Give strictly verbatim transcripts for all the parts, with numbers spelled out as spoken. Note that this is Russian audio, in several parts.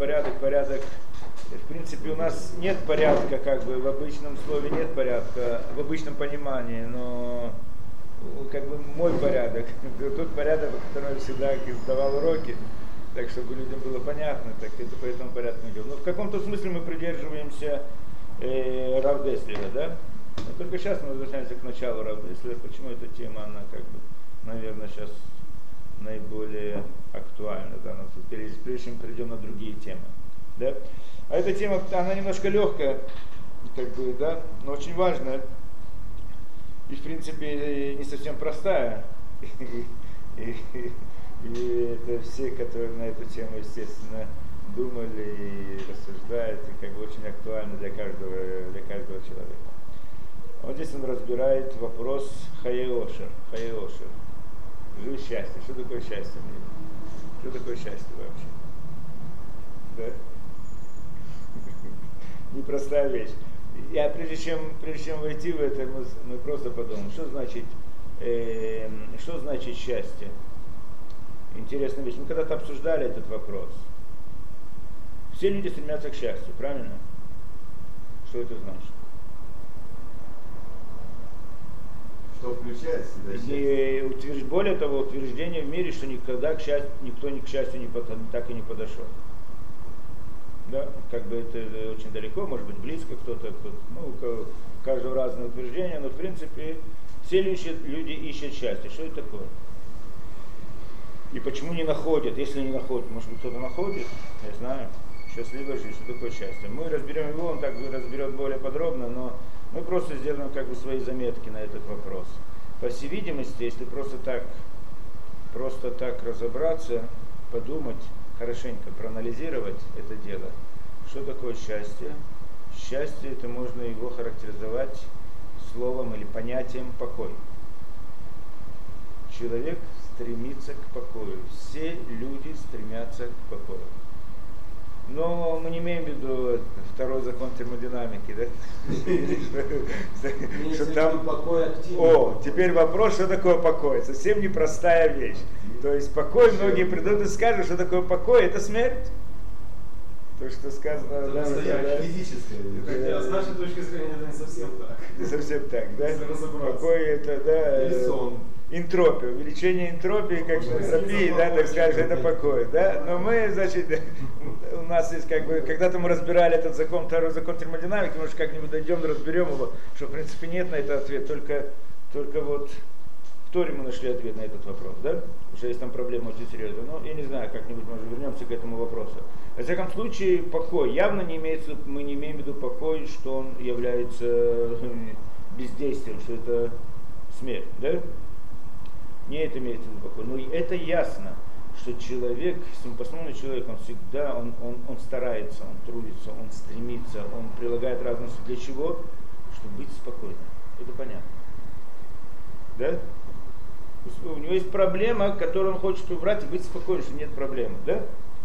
порядок, порядок. В принципе, у нас нет порядка, как бы в обычном слове нет порядка, в обычном понимании, но как бы мой порядок, тот порядок, по которому я всегда сдавал уроки, так чтобы людям было понятно, так это по этому порядку идем. Но в каком-то смысле мы придерживаемся э, Рав Деслера, да? Но только сейчас мы возвращаемся к началу Рав Деслера. Почему эта тема, она как бы, наверное, сейчас наиболее актуальна, да? Прежде чем перейдем на другие темы, да? А эта тема, она немножко легкая, как бы, да, но очень важная. И, в принципе, не совсем простая. И, и, и это все, которые на эту тему, естественно, думали и рассуждают, и как бы очень актуально для каждого, для каждого человека. Вот здесь он разбирает вопрос Хаеошер. Хаеошер. Жизнь счастья. Что такое счастье в мире? Что такое счастье вообще? Да? Непростая вещь. Я прежде чем, прежде чем войти в это, мы, мы просто подумаем, что значит, э, что значит счастье? Интересная вещь. Мы когда-то обсуждали этот вопрос. Все люди стремятся к счастью, правильно? Что это значит? Что включает в себя счастье? И утвержд... Более того, утверждение в мире, что никогда к счастью, никто ни к счастью не под... так и не подошел. Да, как бы это очень далеко, может быть близко кто-то, кто ну, у каждого разное утверждение, но в принципе все люди, люди ищут счастье. Что это такое? И почему не находят? Если не находят, может быть кто-то находит? Я знаю. Счастливая жизнь, что такое счастье? Мы разберем его, он так разберет более подробно, но мы просто сделаем как бы свои заметки на этот вопрос. По всей видимости, если просто так, просто так разобраться, подумать, хорошенько проанализировать это дело. Что такое счастье? Счастье, это можно его характеризовать словом или понятием покой. Человек стремится к покою. Все люди стремятся к покою. Но мы не имеем в виду второй закон термодинамики, да? Что там покой активный. О, теперь вопрос, что такое покой? Совсем непростая вещь. То есть покой, многие придут и скажут, что такое покой, это смерть. То, что сказано, это да, да, физическое. Хотя с нашей точки зрения это не совсем так. Не совсем так, да? Покой это, да, или сон. Энтропия, увеличение энтропии, как бы энтропии, да, так скажем, это покой, да? Но мы, значит, у нас есть как бы, когда-то мы разбирали этот закон, второй закон термодинамики, может как-нибудь дойдем, разберем его, что в принципе нет на это ответ, только, только вот в Торе мы нашли ответ на этот вопрос, да? Потому что есть там проблема очень серьезная, но я не знаю, как-нибудь, может, вернемся к этому вопросу. Во всяком случае, покой явно не имеется, мы не имеем в виду покой, что он является бездействием, что это смерть, да? Не это имеется в виду покой. Но это ясно, что человек, если мы посмотрим на человека, он всегда, он, он, он старается, он трудится, он стремится, он прилагает разные усилия. Для чего? Чтобы быть спокойным. Это понятно. Да? У него есть проблема, которую он хочет убрать, и быть спокойным, что нет проблемы. Да?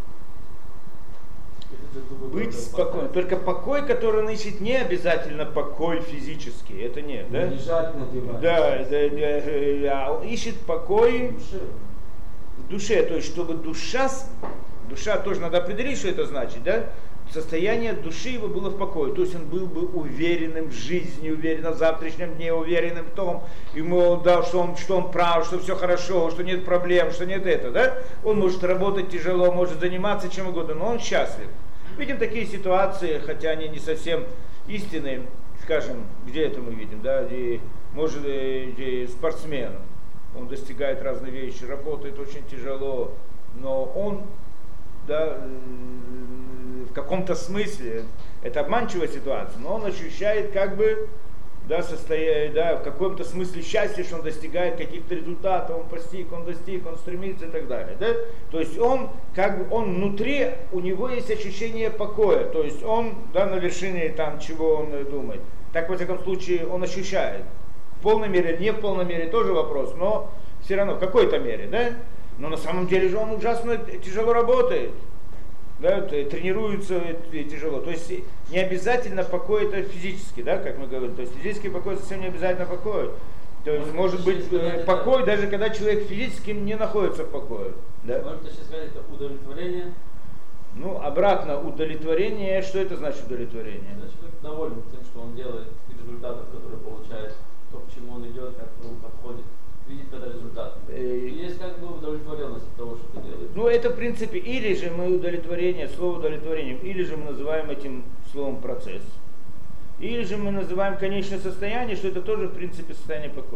Быть спокойным. Только покой, который он ищет, не обязательно покой физический. Это нет, да? Да, да, да, а он ищет покой в душе. То есть, чтобы душа, душа тоже надо определить, что это значит, да? Состояние души его было в покое. То есть он был бы уверенным в жизни, уверенным в завтрашнем дне, уверенным в том, ему дал, что он, что он прав, что все хорошо, что нет проблем, что нет этого, да? Он может работать тяжело, может заниматься чем угодно, но он счастлив. Видим такие ситуации, хотя они не совсем истинные, скажем, где это мы видим, да, где, может, где спортсмен, он достигает разные вещи, работает очень тяжело, но он, да, в каком-то смысле, это обманчивая ситуация, но он ощущает как бы, да, состоя... да, в каком-то смысле счастья, что он достигает каких-то результатов, он постиг, он достиг, он стремится и так далее. Да? То есть он, как бы, он внутри, у него есть ощущение покоя, то есть он, да, на вершине там, чего он думает. Так, во всяком случае, он ощущает. В полной мере, не в полной мере, тоже вопрос, но все равно в какой-то мере, да? Но на самом деле же он ужасно тяжело работает. Да, тренируются и тяжело. То есть не обязательно покой это физически, да, как мы говорим. То есть физический покой совсем не обязательно покой. То есть может, может быть сказать, покой, это... даже когда человек физически не находится в покое. Да? Можно сейчас сказать, это удовлетворение Ну, обратно, удовлетворение, что это значит удовлетворение? Да, человек доволен тем, что он делает, и результатов, которые получает, то, к чему он идет, как он подходит, видит когда результат. И есть как бы удовлетворенность от того, что ты делаешь. Ну, это в принципе, или же мы удовлетворение, слово удовлетворением, или же мы называем этим словом процесс, или же мы называем конечное состояние, что это тоже в принципе состояние покоя.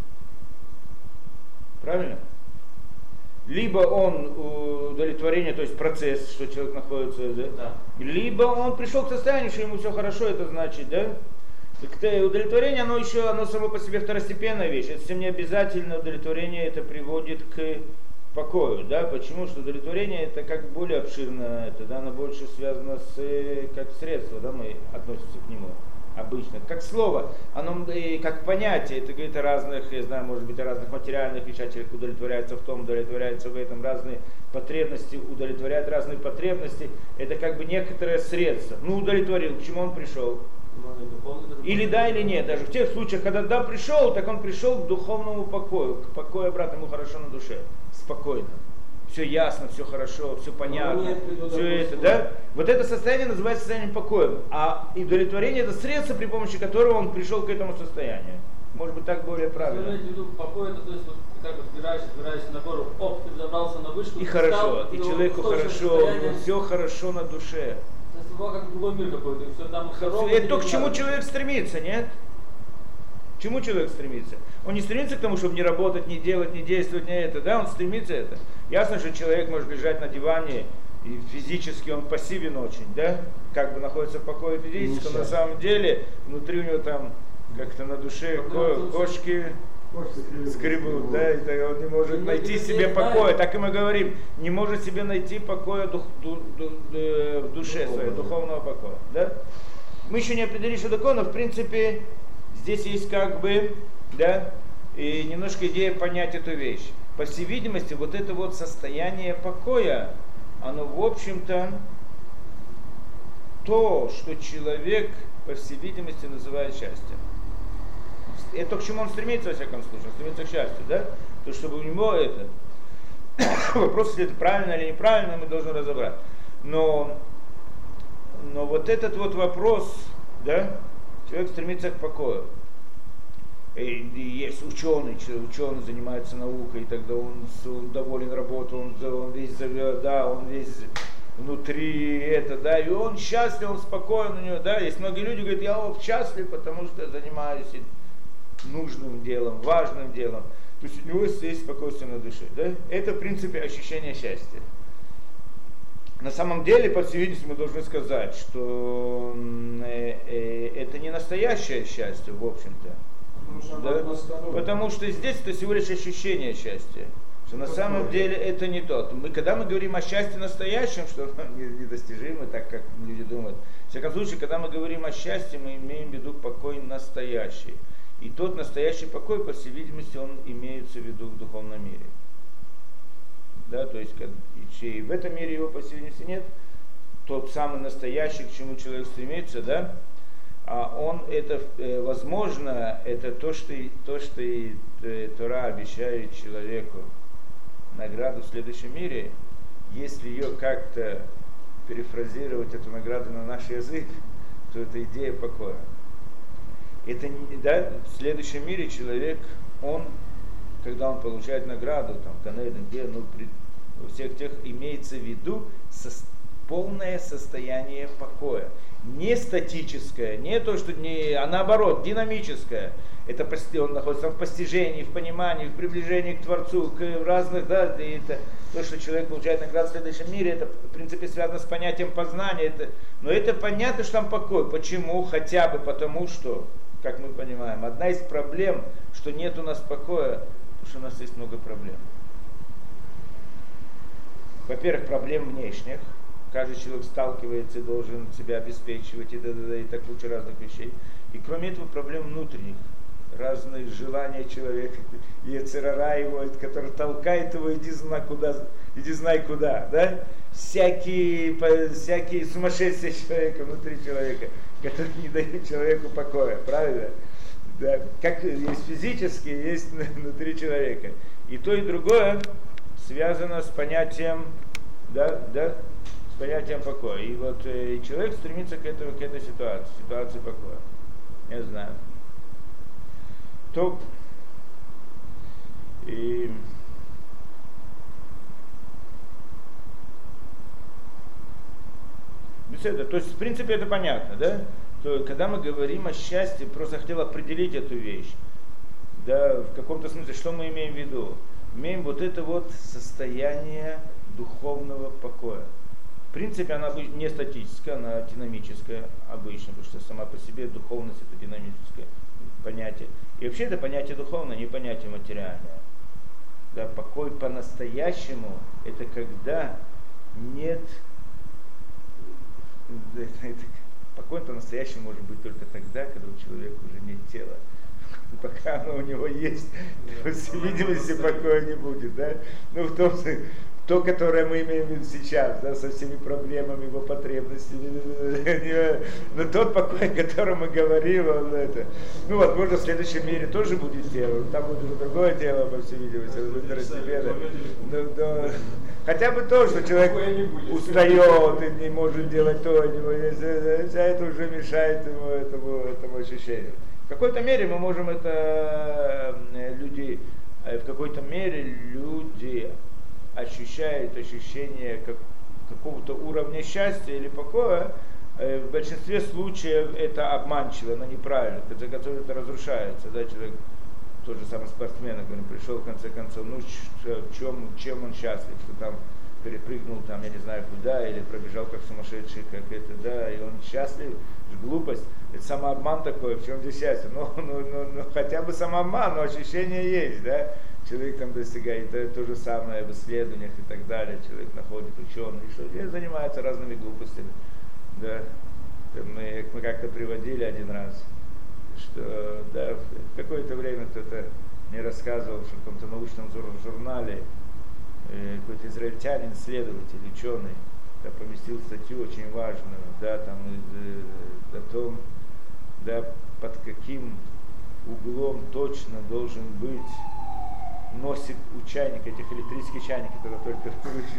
Правильно? Либо он удовлетворение, то есть процесс, что человек находится, да? Да. Либо он пришел к состоянию, что ему все хорошо, это значит, да? Так удовлетворение, оно еще, оно само по себе второстепенная вещь. Это совсем не обязательно удовлетворение, это приводит к покою, да? Почему? Что удовлетворение это как более обширно, это, да, оно больше связано с, как средство, да, мы относимся к нему. Обычно, как слово, оно и как понятие, это говорит о разных, я знаю, может быть, о разных материальных вещах, человек удовлетворяется в том, удовлетворяется в этом, разные потребности, удовлетворяет разные потребности, это как бы некоторое средство. Ну, удовлетворил, к чему он пришел? Или да, или нет. Даже в тех случаях, когда да, пришел, так он пришел к духовному покою, к покою обратно, ему хорошо на душе, спокойно. Все ясно, все хорошо, все понятно, все это, да? Вот это состояние называется состоянием покоя. А удовлетворение это средство, при помощи которого он пришел к этому состоянию. Может быть, так более правильно. Вы имеете в виду покой, это то есть вот ты как бы взбираешься, взбираешься на гору, оп, ты забрался на вышку. И хорошо, стал, и человеку хорошо, все хорошо на душе. То есть это как другой мир какой-то, и все там здорово. Это то, к чему человек стремится, нет? К чему человек стремится? Он не стремится к тому, чтобы не работать, не делать, не действовать, не это, да, он стремится это. Ясно, что человек может лежать на диване, и физически он пассивен очень, да, как бы находится в покое физически, но на самом деле внутри у него там как-то на душе ко- кошки скребут, да, и он не может найти себе покоя, так и мы говорим, не может себе найти покоя дух, ду, ду, ду, в душе своей, духовного покоя, да. Мы еще не определили, что такое, но в принципе здесь есть как бы, да, и немножко идея понять эту вещь. По всей видимости, вот это вот состояние покоя, оно в общем-то то, что человек, по всей видимости, называет счастьем. Это то, к чему он стремится, во всяком случае, он стремится к счастью, да? То, чтобы у него это... Вопрос, если это правильно или неправильно, мы должны разобрать. Но, но вот этот вот вопрос, да, человек стремится к покою. И есть ученый, ученый занимается наукой, и тогда он, он доволен работой, он, он весь, да, он весь внутри это, да, и он счастлив, он спокоен у него, да. Есть многие люди говорят, я вот счастлив, потому что я занимаюсь нужным делом, важным делом. То есть у него есть спокойствие на душе, да. Это в принципе ощущение счастья. На самом деле, по всей видимости, мы должны сказать, что э, э, это не настоящее счастье, в общем-то. Да? Потому что здесь это всего лишь ощущение счастья. Что на самом деле это не то. Мы, когда мы говорим о счастье настоящем, что недостижимо, так как люди думают. В всяком случае, когда мы говорим о счастье, мы имеем в виду покой настоящий. И тот настоящий покой, по всей видимости, он имеется в виду в духовном мире. Да, то есть и в этом мире его, по всей видимости, нет. Тот самый настоящий, к чему человек стремится, да, а он, это, возможно, это то, что, то, что и Тора обещает человеку награду в следующем мире, если ее как-то перефразировать, эту награду на наш язык, то это идея покоя. Это, да, в следующем мире человек, он, когда он получает награду, там, Ганейден, где, ну, при, у всех тех имеется в виду со, полное состояние покоя. Не статическое, не то, что не, а наоборот, динамическое. Это он находится в постижении, в понимании, в приближении к Творцу, к разных, да, и это то, что человек получает награду в следующем мире, это в принципе связано с понятием познания. Это, но это понятно, что там покой. Почему? Хотя бы потому, что, как мы понимаем, одна из проблем, что нет у нас покоя, потому что у нас есть много проблем. Во-первых, проблем внешних. Каждый человек сталкивается и должен себя обеспечивать, и, да, да, да, и так куча разных вещей. И кроме этого проблем внутренних. Разные желания человека, яцерара его, который толкает его, иди знай куда, иди знай куда, да? Всякие, всякие сумасшествия человека внутри человека, которые не дают человеку покоя, правильно? Да? Как есть физические, есть внутри человека. И то, и другое связано с понятием, да, да, понятием покоя. И вот э, человек стремится к, этому, к этой ситуации, ситуации покоя. Я знаю. То и беседа. То есть, в принципе, это понятно, да? То, когда мы говорим о счастье, просто хотел определить эту вещь. Да, в каком-то смысле, что мы имеем в виду? Имеем вот это вот состояние духовного покоя. В принципе, она не статическая, она динамическая обычно, потому что сама по себе духовность это динамическое понятие. И вообще это понятие духовное, не понятие материальное. Да, покой по-настоящему это когда нет... Это, это, покой по-настоящему может быть только тогда, когда у человека уже нет тела. Пока оно у него есть, по всей видимости, покоя не будет, да? Ну, в том смысле, то, которое мы имеем в виду сейчас, да, со всеми проблемами, его потребностями, но тот покой, о котором мы говорим, он это, ну, возможно, в следующем мире тоже будет тело, там будет уже другое тело, по всей видимости, второстепенно. Но, но, хотя бы то, что человек устает и не может делать то, вся это уже мешает ему этому, этому ощущению. В какой-то мере мы можем это, люди, в какой-то мере люди ощущают ощущение как, какого-то уровня счастья или покоя. В большинстве случаев это обманчиво, но неправильно, в конце концов это разрушается. Да? Человек, тот же самый спортсмен, который пришел в конце концов, ну в чем, чем он счастлив, что там перепрыгнул там, я не знаю куда, или пробежал как сумасшедший, как это, да, и он счастлив, глупость, это самообман такой, в чем здесь счастье? Ну, ну, ну, ну хотя бы самообман, но ощущение есть, да, человек там достигает, это то же самое в исследованиях и так далее, человек находит ученый, что здесь занимается разными глупостями, да, мы, мы как-то приводили один раз, что, да, в какое-то время кто-то мне рассказывал, что в каком-то научном журнале какой-то израильтянин, исследователь, ученый, да, поместил статью очень важную, да, там, э, о том, да, под каким углом точно должен быть носик у чайника, этих электрических чайников, которые только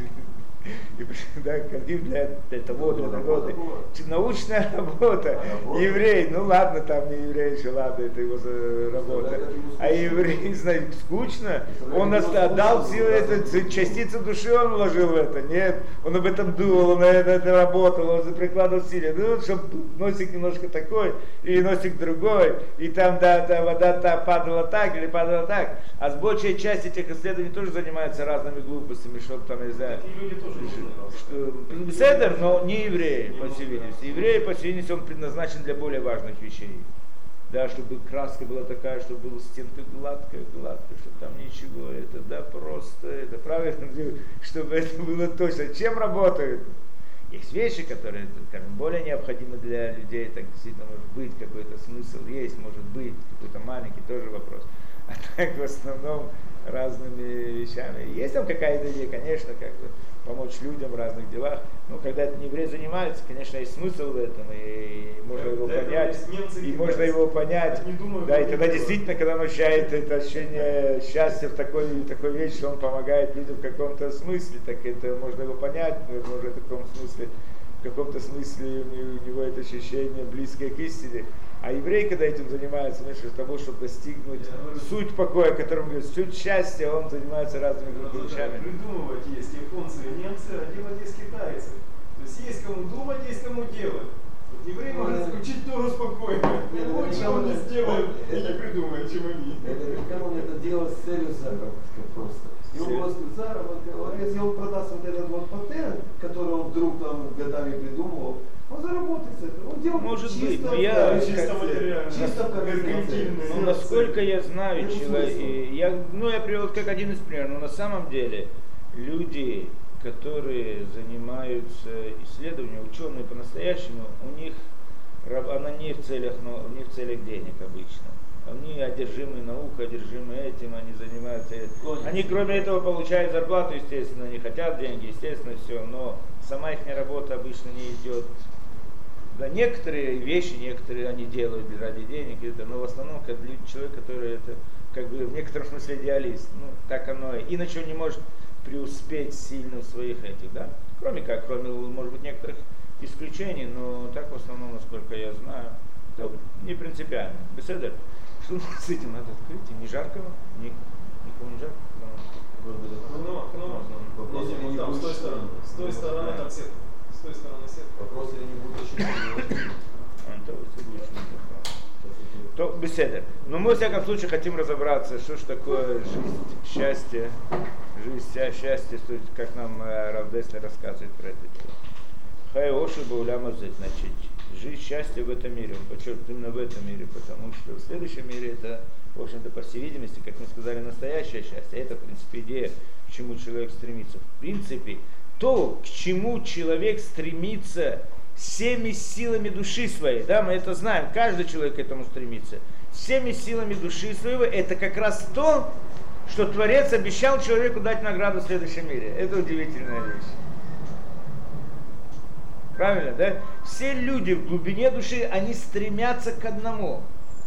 и, да, для, для того, для того, научная работа. Еврей, ну ладно, там не еврей еще, ладно, это его работа. А еврей, знает, скучно, он отдал все это, частицу души он вложил в это, нет, он об этом думал, он это, это работал, он прикладывал усилия, ну, чтобы носик немножко такой, или носик другой, и там, да, да, вода падала так или падала так, а с большей частью этих исследований тоже занимаются разными глупостями, чтобы там, не знаю, Седер, но не евреи, по всей видимости. Евреи, по всей видимости, он предназначен для более важных вещей. Да, чтобы краска была такая, чтобы была стенка гладкая, гладкая, чтобы там ничего, это, да, просто, это правильно, чтобы это было точно. Чем работают? Есть вещи, которые, скажем, более необходимы для людей, так действительно может быть какой-то смысл, есть, может быть, какой-то маленький тоже вопрос. А так в основном разными вещами. Есть там какая-то идея, конечно, как бы помочь людям в разных делах. Но когда это не еврей занимается, конечно, есть смысл в этом, и можно да, его да, понять, и можно его понять. Думаю, да, и тогда дело. Действительно, когда он ощущает это ощущение счастья в такой, такой вещи, что он помогает людям в каком-то смысле, так это можно его понять, может в таком смысле, в каком-то смысле у него это ощущение близкое к истине. А еврей, когда этим занимается, вместо того, чтобы достигнуть yeah. суть покоя, которым говорит, суть счастья, он занимается разными другими вещами. Придумывать есть японцы и немцы, а делать есть китайцы. То есть есть кому думать, есть кому делать. Вот еврей может учить Тору спокойно. Лучше он не сделает и не придумает, чем они. Это он это делает с целью заработка просто. И он просто заработка, если он продаст вот этот вот патент, который он вдруг там годами придумывал, он заработает с этого. Он делает может чисто, быть, я, чисто материально. Чисто как ну, насколько я знаю, человек, я, ну, я привел как один из примеров, но на самом деле люди, которые занимаются исследованием, ученые по-настоящему, у них она не в целях, но не в целях денег обычно. Они одержимы наукой, одержимы этим, они занимаются этим. Они кроме этого получают зарплату, естественно, они хотят деньги, естественно, все, но сама их работа обычно не идет. Да, некоторые вещи, некоторые они делают ради денег, это, но в основном как человек, который это, как бы в некотором смысле идеалист. Ну, так оно и. Иначе он не может преуспеть сильно в своих этих, да? Кроме как, кроме, может быть, некоторых исключений, но так в основном, насколько я знаю, это не принципиально. Беседер, что с этим надо открыть? Не жарко? Ни, никому не жарко? Ну, ну, ну, там, с той стороны. С той стороны там сетка. С той стороны сетка. Вопрос или не будет очень то беседа. Но мы, во всяком случае, хотим разобраться, что же такое жизнь, счастье, жизнь, счастье, как нам Рав Деслер рассказывает про это дело. Хай оши бауляма зет, значит, жизнь, счастье в этом мире, он подчеркивает именно в этом мире, потому что в следующем мире это, в общем-то, по всей видимости, как мы сказали, настоящее счастье. Это, в принципе, идея, к чему человек стремится. В принципе, то, к чему человек стремится всеми силами души своей, да, мы это знаем, каждый человек к этому стремится, всеми силами души своего, это как раз то, что Творец обещал человеку дать награду в следующем мире. Это удивительная вещь. Правильно, да? Все люди в глубине души, они стремятся к одному.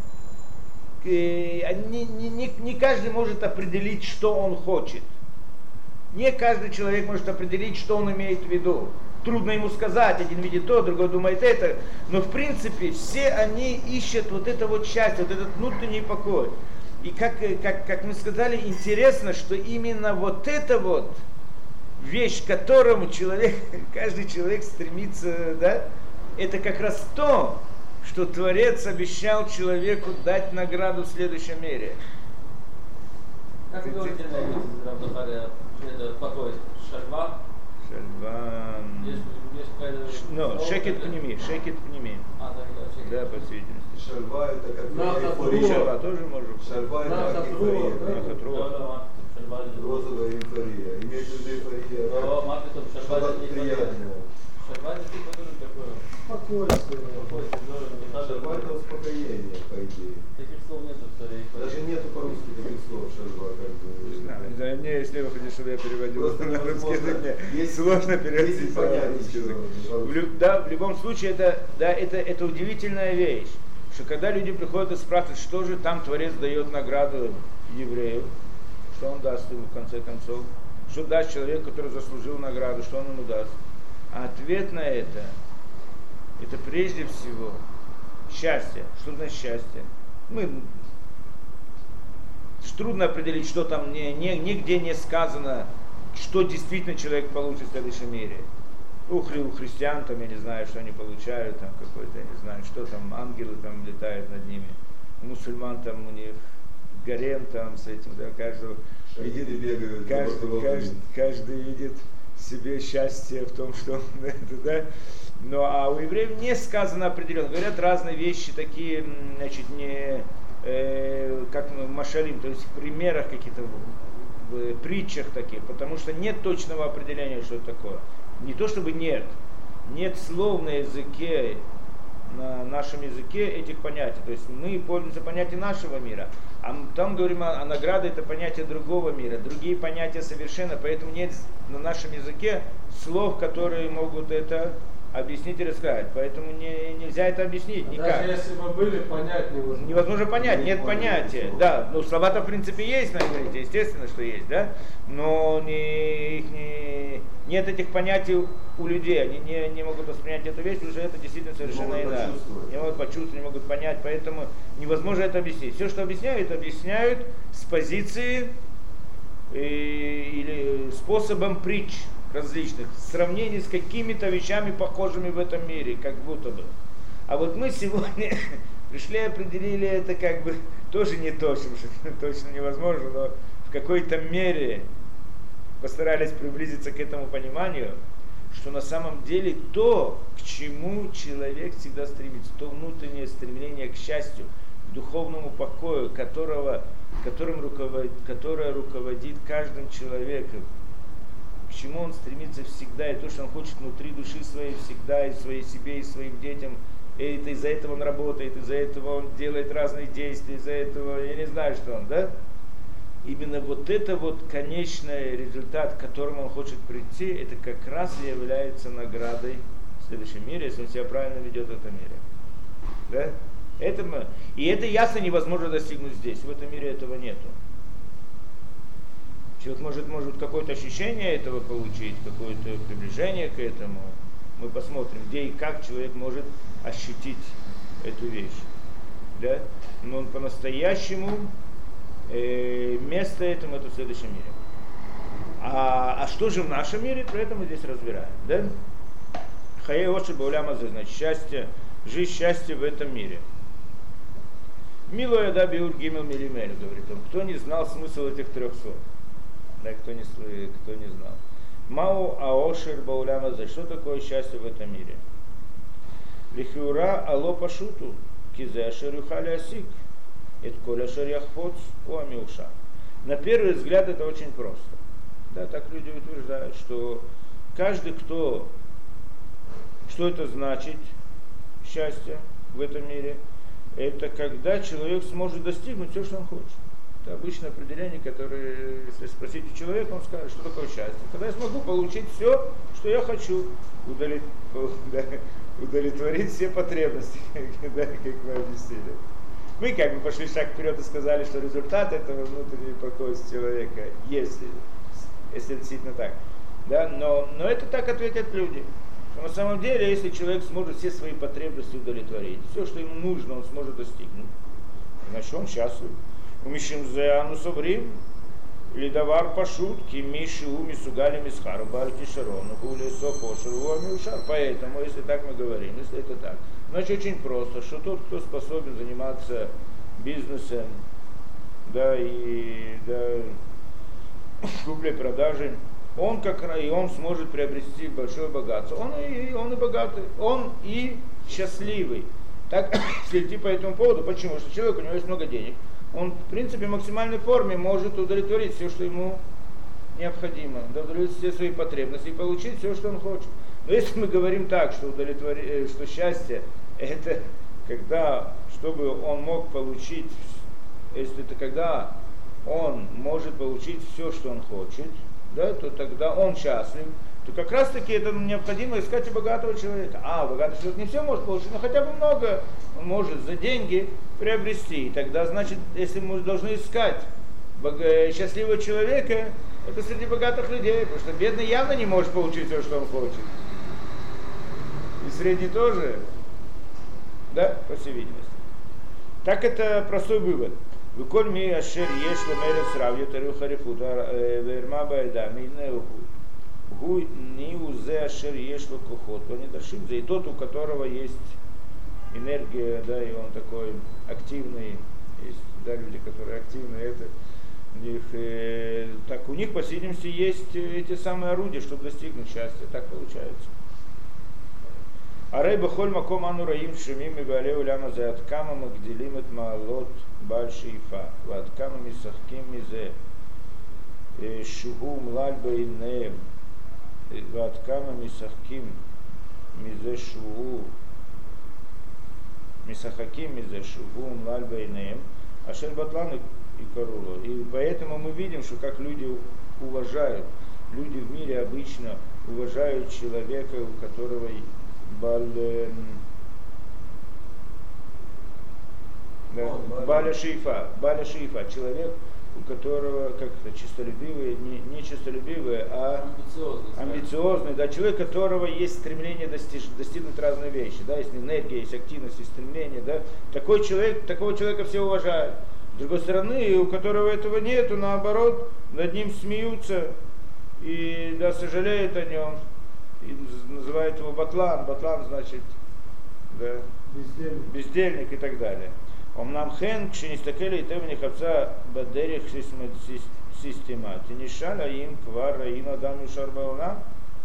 И не, не, не, не каждый может определить, что он хочет. Не каждый человек может определить, что он имеет в виду. Трудно ему сказать, один видит то, другой думает это. Но в принципе все они ищут вот это вот счастье, вот этот внутренний покой. И как, как, как мы сказали, интересно, что именно вот эта вот вещь, к которому человек, каждый человек стремится, да, это как раз то, что Творец обещал человеку дать награду в следующем мире. Как вы говорите на иврите, это покой, шальва? Шальва... Ну, шекет пними, шекет пними. А, да, да, шекет. Да, по всей видимости. Шальва это как эйфория. Шальва тоже может быть. Шальва это как эйфория. Нахатруа. Розовая эйфория. Имеется в виду эйфория. Что-то приятное. Шальва это типа тоже такое. Спокойствие. Шальва это успокоение, по идее. Таких слов нету в Торе. Даже нету по-русски таких слов шальва, как бы. Не знаю, мне, если вы хотите, чтобы я переводил Просто на русский язык, мне есть, сложно переводить есть на русский язык. В, люб- да, в любом случае, это, да, это, это удивительная вещь, что когда люди приходят и спрашивают, что же там Творец дает награду еврею, что он даст ему в конце концов, что даст человеку, который заслужил награду, что он ему даст. А ответ на это, это прежде всего счастье. Что значит счастье? Мы Трудно определить, что там не, не, нигде не сказано, что действительно человек получит в следующем мире. У, хри, у христиан там, я не знаю, что они получают, там какой-то, я не знаю, что там, ангелы там летают над ними. У мусульман там у них гарем там с этим, да, каждого видит, бегают, каждый, каждый, каждый видит себе счастье в том, что он это, да. Ну а у евреев не сказано определенно. Говорят разные вещи такие, значит, не э, как ну, машалим, то есть в примерах каких-то, в, в притчах таких, потому что нет точного определения, что это такое. Не то чтобы нет, нет слов на языке, на нашем языке этих понятий. То есть мы пользуемся понятием нашего мира, а там говорим о, о награде, это понятие другого мира, другие понятия совершенно, поэтому нет на нашем языке слов, которые могут это объяснить и рассказать. Поэтому не, нельзя это объяснить никак. Даже если бы были, понять невозможно. Невозможно понять, нет понятия. Да, ну слова-то в принципе есть на иврите, естественно, что есть, да, но не, их не, нет этих понятий у людей, они не, не могут воспринять эту вещь, уже это действительно совершенно иначе. Не могут почувствовать, не могут понять, поэтому невозможно это объяснить. Все, что объясняют, объясняют с позиции э, или способом притч различных, в сравнении с какими-то вещами, похожими в этом мире, как будто бы. А вот мы сегодня пришли и определили это как бы тоже не точно, точно невозможно, но в какой-то мере постарались приблизиться к этому пониманию, что на самом деле то, к чему человек всегда стремится, то внутреннее стремление к счастью, к духовному покою, которого, которым руководит, которое руководит каждым человеком, к чему он стремится всегда, и то, что он хочет внутри души своей всегда, и своей себе, и своим детям, и это, из-за этого он работает, из-за этого он делает разные действия, из-за этого, я не знаю, что он, да? Именно вот это вот конечный результат, к которому он хочет прийти, это как раз и является наградой в следующем мире, если он себя правильно ведет в этом мире. Да? Это мы, и это ясно невозможно достигнуть здесь, в этом мире этого нету. Человек может, может какое-то ощущение этого получить, какое-то приближение к этому. Мы посмотрим, где и как человек может ощутить эту вещь. Да? Но он по-настоящему э, место этому это в следующем мире. А, а что же в нашем мире, про это мы здесь разбираем. Да? Хае оши бауляма, значит счастье, жизнь счастья в этом мире. Милоя да биур гимел милимель, говорит он. Кто не знал смысл этих трех слов? Да, кто не, кто не знал. Мау аошер бауляма, что такое счастье в этом мире? Лихиура ало пашуту, кизе ашер юхали асик, эт коля ашер яхфоц у амиуша. На первый взгляд это очень просто. Да, так люди утверждают, что каждый, кто, что это значит, счастье в этом мире, это когда человек сможет достигнуть все, что он хочет. Это обычное определение, которое, если спросить у человека, он скажет, что такое счастье. Когда я смогу получить все, что я хочу, удалить, удовлетворить все потребности, да, как мы объяснили. Мы как бы пошли шаг вперед и сказали, что результат этого внутренней покойности человека, если, если действительно так. Да, но, но это так ответят люди. Что на самом деле, если человек сможет все свои потребности удовлетворить, все, что ему нужно, он сможет достигнуть, значит он счастлив. Умишим зеану соврим, лидавар пашут, кимиши уми сугали мисхар, бальки шарону, хулесо пошеру амиушар. Поэтому, если так мы говорим, если это так, значит очень просто, что тот, кто способен заниматься бизнесом, да, и да, куплей-продажей, он как и он сможет приобрести большое богатство. Он и, он и богатый, он и счастливый. Так, если идти по этому поводу, почему? Что человек, у него есть много денег, он в принципе в максимальной форме может удовлетворить все, что ему необходимо, удовлетворить все свои потребности и получить все, что он хочет. Но если мы говорим так, что, удовлетвор... что счастье это когда, чтобы он мог получить, если это когда он может получить все, что он хочет, да, то тогда он счастлив, то как раз таки это необходимо искать у богатого человека. А, богатый человек не все может получить, но хотя бы много он может за деньги приобрести. И тогда, значит, если мы должны искать счастливого человека, это среди богатых людей, потому что бедный явно не может получить все, что он хочет. И средний тоже, да, по всей видимости. Так это простой вывод. Выколь ми ашер ешло мерец рав ютарю харифута верма байда минеуху. Гу ни узе ашер ешло кохот. Он не дашим за и тот, у которого есть энергия, да, и он такой активный. Есть, да, люди, которые активны, это у них, э, так у них, по всей видимости, есть эти самые орудия, чтобы достигнуть счастья. Так получается. Арей бахоль маком ану раим шемим и вале уляма за откама магдилим от маалот бальшифа ваткама мисахким мизе шугу млаль бейнеем ваткама мисахким мизе шугу мисахаким мизе шугу млаль бейнеем ашер батлан и каруло. И поэтому мы видим, что как люди уважают, люди в мире обычно уважают человека, у которого Баля Шейфа, Баля Шейфа, человек, у которого как-то честолюбивый, не, не честолюбивый, а амбициозный, амбициозный, да, человек, у которого есть стремление достиж, достигнуть разные вещи, да, есть энергия, есть активность, есть стремление, да, такой человек, такого человека все уважают. С другой стороны, у которого этого нету, наоборот, над ним смеются и, да, сожалеют о нем. И называют его батлан, батлан значит, да, бездельник. бездельник и так далее. Омнам хен кшенистакели и тевни хавца бадерих система. Тинишаля им квара им адам шарбауна.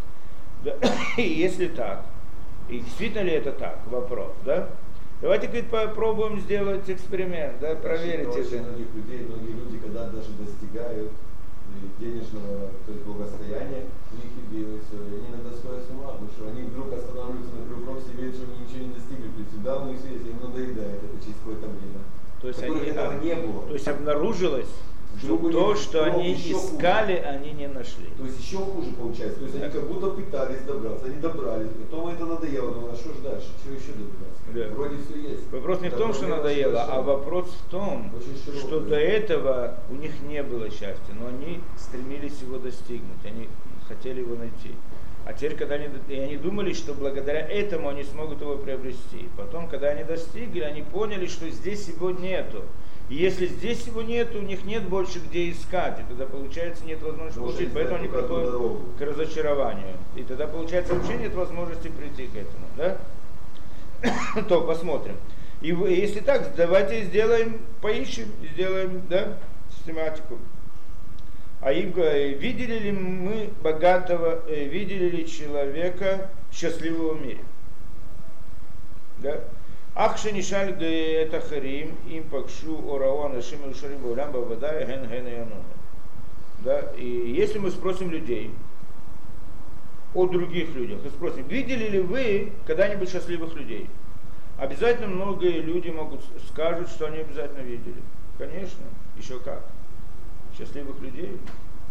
Если так, и действительно ли это так, вопрос, да? Давайте, говорит, попробуем сделать эксперимент, да, проверить это. Очень многих людей, многие люди, когда даже достигают денежного, то есть благосостояния, у них и все, и они иногда сходят с ума, потому что они вдруг останавливаются на кругом, все видят, что они ничего не достигли, то есть всегда у них все есть, им надоедает это через какое-то время. То есть, они, этого не было. То есть обнаружилось, что то, что они искали, хуже. Они не нашли. То есть еще хуже получается. То есть они как будто пытались добраться, они добрались. Потом это надоело, думаю, а что же дальше? Чего еще добираться? Да. Вроде все есть. Вопрос не в том, что надоело, а вопрос в том, что до этого у них не было счастья, но они стремились его достигнуть, они хотели его найти. А теперь, когда они, и они думали, что благодаря этому они смогут его приобрести. Потом, когда они достигли, они поняли, что здесь его нету. И если здесь его нет, у них нет больше где искать, и тогда получается нет возможности Может, получить, поэтому они приходят к разочарованию. И тогда получается вообще нет возможности прийти к этому. Да? То посмотрим. И если так, давайте сделаем, поищем, сделаем, да, систематику. А им видели ли мы богатого, видели ли человека счастливого в мире? Да? Ахша нишаль это харим, им пакшу ораона шимил шарибу лямба вода ген ген янона. Да, и если мы спросим людей о других людях, и спросим, видели ли вы когда-нибудь счастливых людей? Обязательно многие люди могут скажут, что они обязательно видели. Конечно, еще как. Счастливых людей.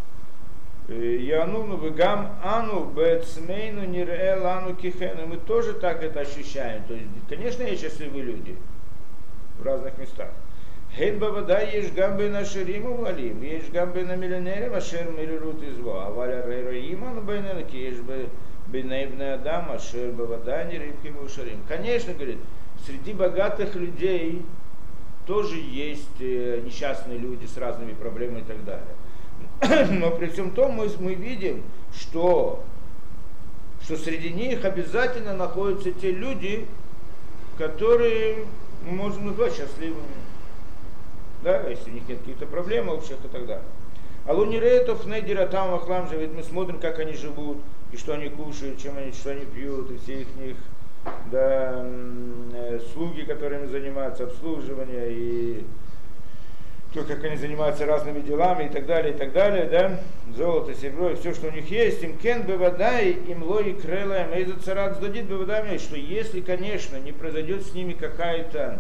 Яну вегам ану бецмейну нире лану кихену. Мы тоже так это ощущаем. То есть, конечно, есть счастливые люди в разных местах. Хейн бавада еш гамбе на шериму валим, еш гамбе на миллионере, ашер милирут изво. А валя рейроима на байненаки еш бенейбне адам, ашер бавада не рыбки мушарим. Конечно, говорит, среди богатых людей тоже есть несчастные люди с разными проблемами и так далее. Но при всем том мы, мы видим, что, что среди них обязательно находятся те люди, которые мы можем назвать счастливыми. Да, если у них нет каких-то проблем общих и так далее. А лунирейтов нейдира там ахлам же, ведь мы смотрим, как они живут, и что они кушают, чем они, что они пьют, и все их них, да, слуги, которыми занимаются, обслуживание, и то, как они занимаются разными делами и так далее, и так далее, да, золото, серебро, и все, что у них есть, им кен бевадай, им лои крылаем, и за царат сдадит бевадай, что если, конечно, не произойдет с ними какая-то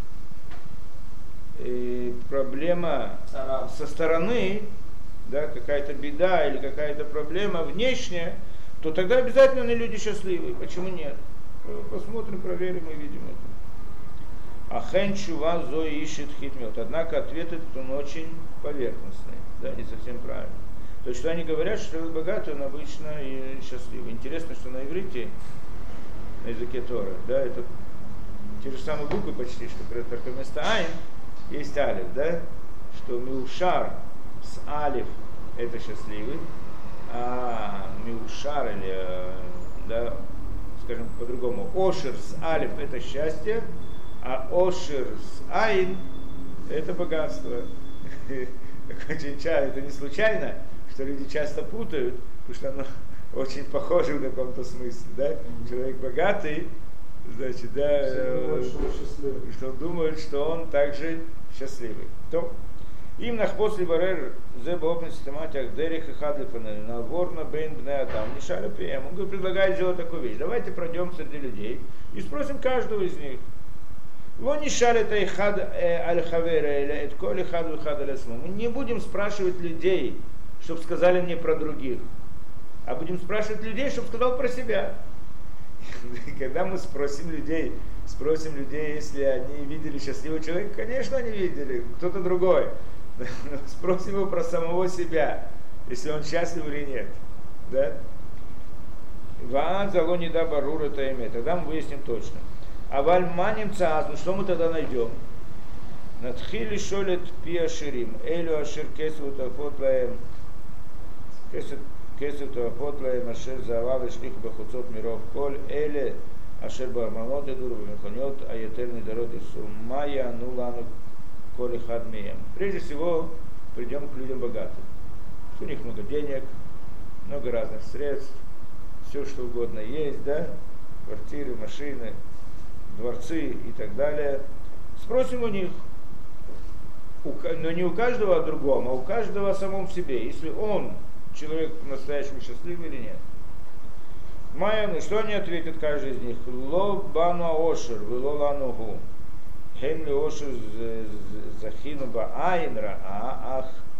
э, проблема Царат. со стороны, да, какая-то беда или какая-то проблема внешняя, то тогда обязательно они люди счастливые. Почему нет? Посмотрим, проверим и видим это. Ахен чува зои ищет хитмет. Однако ответ этот он очень поверхностный, да, не совсем правильный. То есть, что они говорят, что человек богатый, он обычно и счастливый. Интересно, что на иврите, на языке Торы, да, это те же самые буквы почти, что только вместо айн есть алиф, да, что миушар с алиф это счастливый, а миушар или, да, скажем по-другому, ошер с алиф это счастье, а ошер с айн это богатство. Это не случайно, что люди часто путают, потому что оно очень похоже в каком-то смысле, да? Человек богатый, значит, да, думают, что, он что он думает, что он также счастливый. То им нахпосли барер зе бопен систематик дерих и хадлифанель наворно бейн бне адам не шаля пием. Он предлагает сделать такую вещь. Давайте пройдем среди людей и спросим каждого из них. Во не шаля это хад аль хавера или это коли хаду хад аль асму. Мы не будем спрашивать людей, чтобы сказали мне про других, а будем спрашивать людей, чтобы сказал про себя. Когда мы спросим людей, спросим людей, если они видели счастливого человека, конечно, они видели, кто-то другой. Спросим его про самого себя, если он счастлив или нет. Да? Ваан зало не да барур это имя. Тогда мы выясним точно. А вальманим цаас, ну что мы тогда найдем? Надхили шолет пиаширим, элю ашир кесу тафот лаем, кесу тафот лаем ашир завав и шлих бахуцот миров коль, эле ашир барманот и дуру механет, а етерный дород и суммая нулану коли хадмеем. Прежде всего, придем к людям богатым. У них много денег, много разных средств, все что угодно есть, да, квартиры, машины, дворцы и так далее. Спросим у них, но не у каждого о другом, а у каждого о самом себе, если он человек по-настоящему счастливый или нет. Майя, что они ответят каждый из них? Ло бану ошер, вело ланугу. Хен ли ошер захину ба айн раа, ах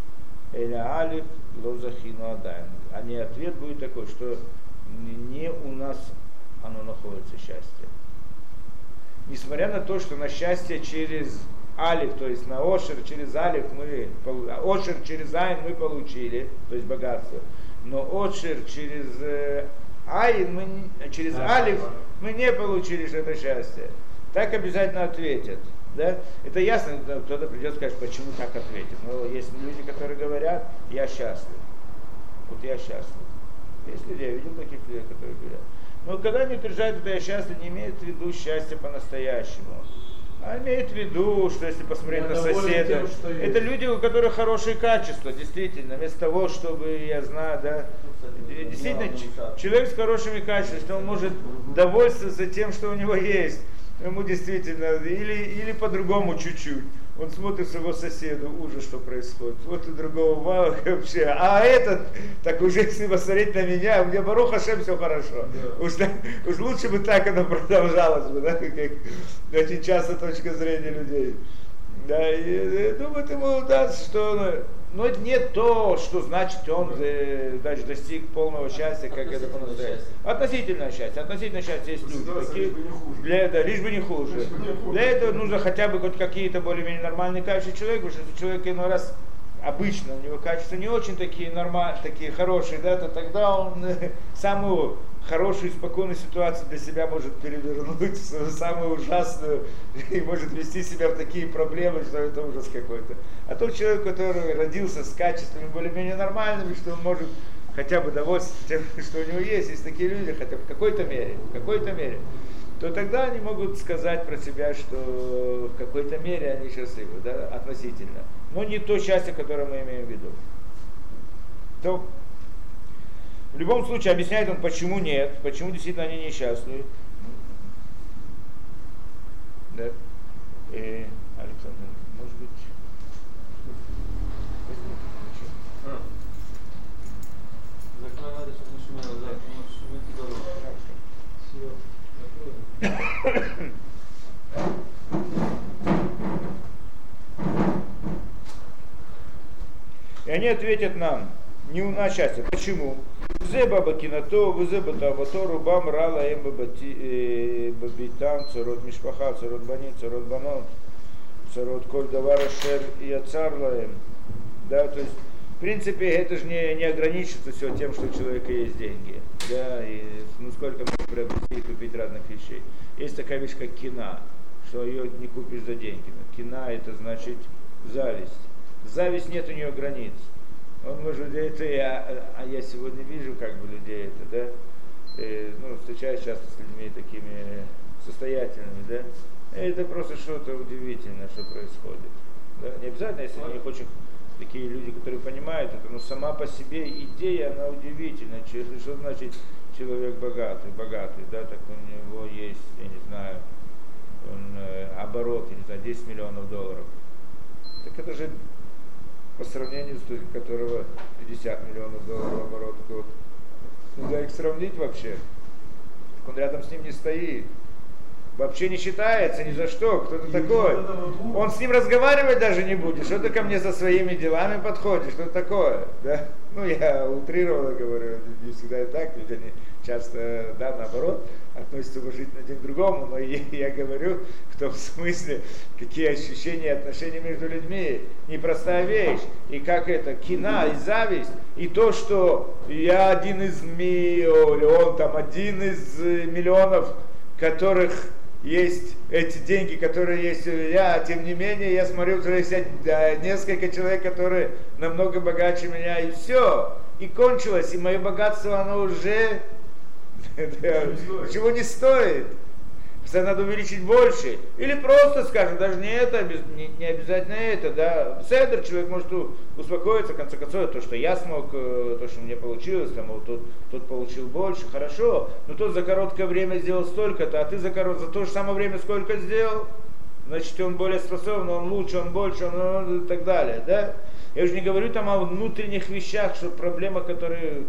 Эля алиф лозахину адайн. А не ответ будет такой, что не у нас оно находится счастье. Несмотря на то, что на счастье через алиф, то есть на ошер через алиф мы, ошер через айн мы получили, то есть богатство. Но ошер через айн, мы, через алиф мы не получили, что это счастье. Так обязательно ответят. Да? Это ясно, кто-то придет и скажет, почему так ответит. Но есть люди, которые говорят, я счастлив. Вот я счастлив. Есть люди, я видел таких людей, которые говорят. Но когда они утверждают, что я счастлив, не имеет в виду счастье по-настоящему. А имеет в виду, что если посмотреть я на соседа, тем, это люди, у которых хорошие качества, действительно, вместо того, чтобы, я знаю, да, действительно, человек с хорошими качествами, что он может довольствоваться тем, что у него есть. Ему действительно, или, или по-другому чуть-чуть. Он смотрит своего соседа, ужас, что происходит. Вот у другого мало вообще. А этот, так уже если посмотреть на меня, у меня Барух Хашем все хорошо. Да. Уж, уж лучше бы так оно продолжалось бы, да, как очень часто точка зрения людей. Да, и, и думают, ему удастся, что он, но не то, что значит он даже достиг полного счастья, как это по-настоящему. Относительное счастье. Относительное счастье есть люди такие. Для этого, лишь бы не хуже. Лишь бы не хуже. Для этого нужно хотя бы хоть какие-то более-менее нормальные качества человека, потому что человек иной раз обычно у него качества не очень такие нормальные, такие хорошие, да, то тогда он самую хорошую и спокойную ситуацию для себя может перевернуть в самую ужасную и может вести себя в такие проблемы, что это ужас какой-то. А тот человек, который родился с качествами более-менее нормальными, что он может хотя бы довольствоваться тем, что у него есть, есть такие люди, хотя бы в какой-то мере, в какой-то мере, то тогда они могут сказать про себя, что в какой-то мере они счастливы, да, относительно. Но не то счастье, которое мы имеем в виду. То в любом случае объясняет он, почему нет, почему действительно они несчастливы. Да. И, Александр, может быть, и они ответят нам, не у нас счастье. Почему? Зе баба кинато, взе батавато, рубам рала эм бабитан, царот мишпаха, царот банит, царот банот, царот коль давара шер и ацарлаем. Да, то есть, в принципе, это же не, не ограничится все тем, что у человека есть деньги. Да, и ну сколько можно приобрести и купить разных вещей. Есть такая вещь, как кина, что ее не купишь за деньги. Но кина это значит зависть. Зависть нет у нее границ. Он может это, а, а я сегодня вижу как бы людей это, да, и, ну, встречаюсь часто с людьми такими состоятельными, да, и это просто что-то удивительное, что происходит. Да? Не обязательно, если у них очень такие люди, которые понимают это, но сама по себе идея, она удивительная. Что значит человек богатый, богатый, да, так у него есть, я не знаю, он, э, оборот, я не знаю, десять миллионов долларов. Так это же по сравнению с той, которого пятьдесят миллионов долларов оборот в год. Нельзя их сравнить вообще. Так он рядом с ним не стоит. Вообще не считается ни за что. Кто ты такой? Он с ним разговаривать даже не будет. Что ты ко мне со своими делами подходишь? Что такое? Да? Ну, я утрированно говорю, не всегда и так, ведь они часто, да, наоборот, относятся уважительно один к другому, но я, я говорю в том смысле, какие ощущения и отношения между людьми, непростая вещь, и как это, кина и зависть, и то, что я один из миллионов, или он там один из миллионов, которых есть эти деньги, которые есть у меня, тем не менее, я смотрю, что есть несколько человек, которые намного богаче меня, и все, и кончилось, и мое богатство, оно уже ничего не стоит. Надо увеличить больше. Или просто, скажем, даже не это, не, не обязательно это, да. Седер, человек может успокоиться, в конце концов, то, что я смог, то, что мне получилось, там, вот тот, тот получил больше, хорошо, но тот за короткое время сделал столько-то, а ты за, корот, за то же самое время сколько сделал, значит, он более способен, он лучше, он больше, он, он и так далее, да. Я уже не говорю там о внутренних вещах, что проблема, которые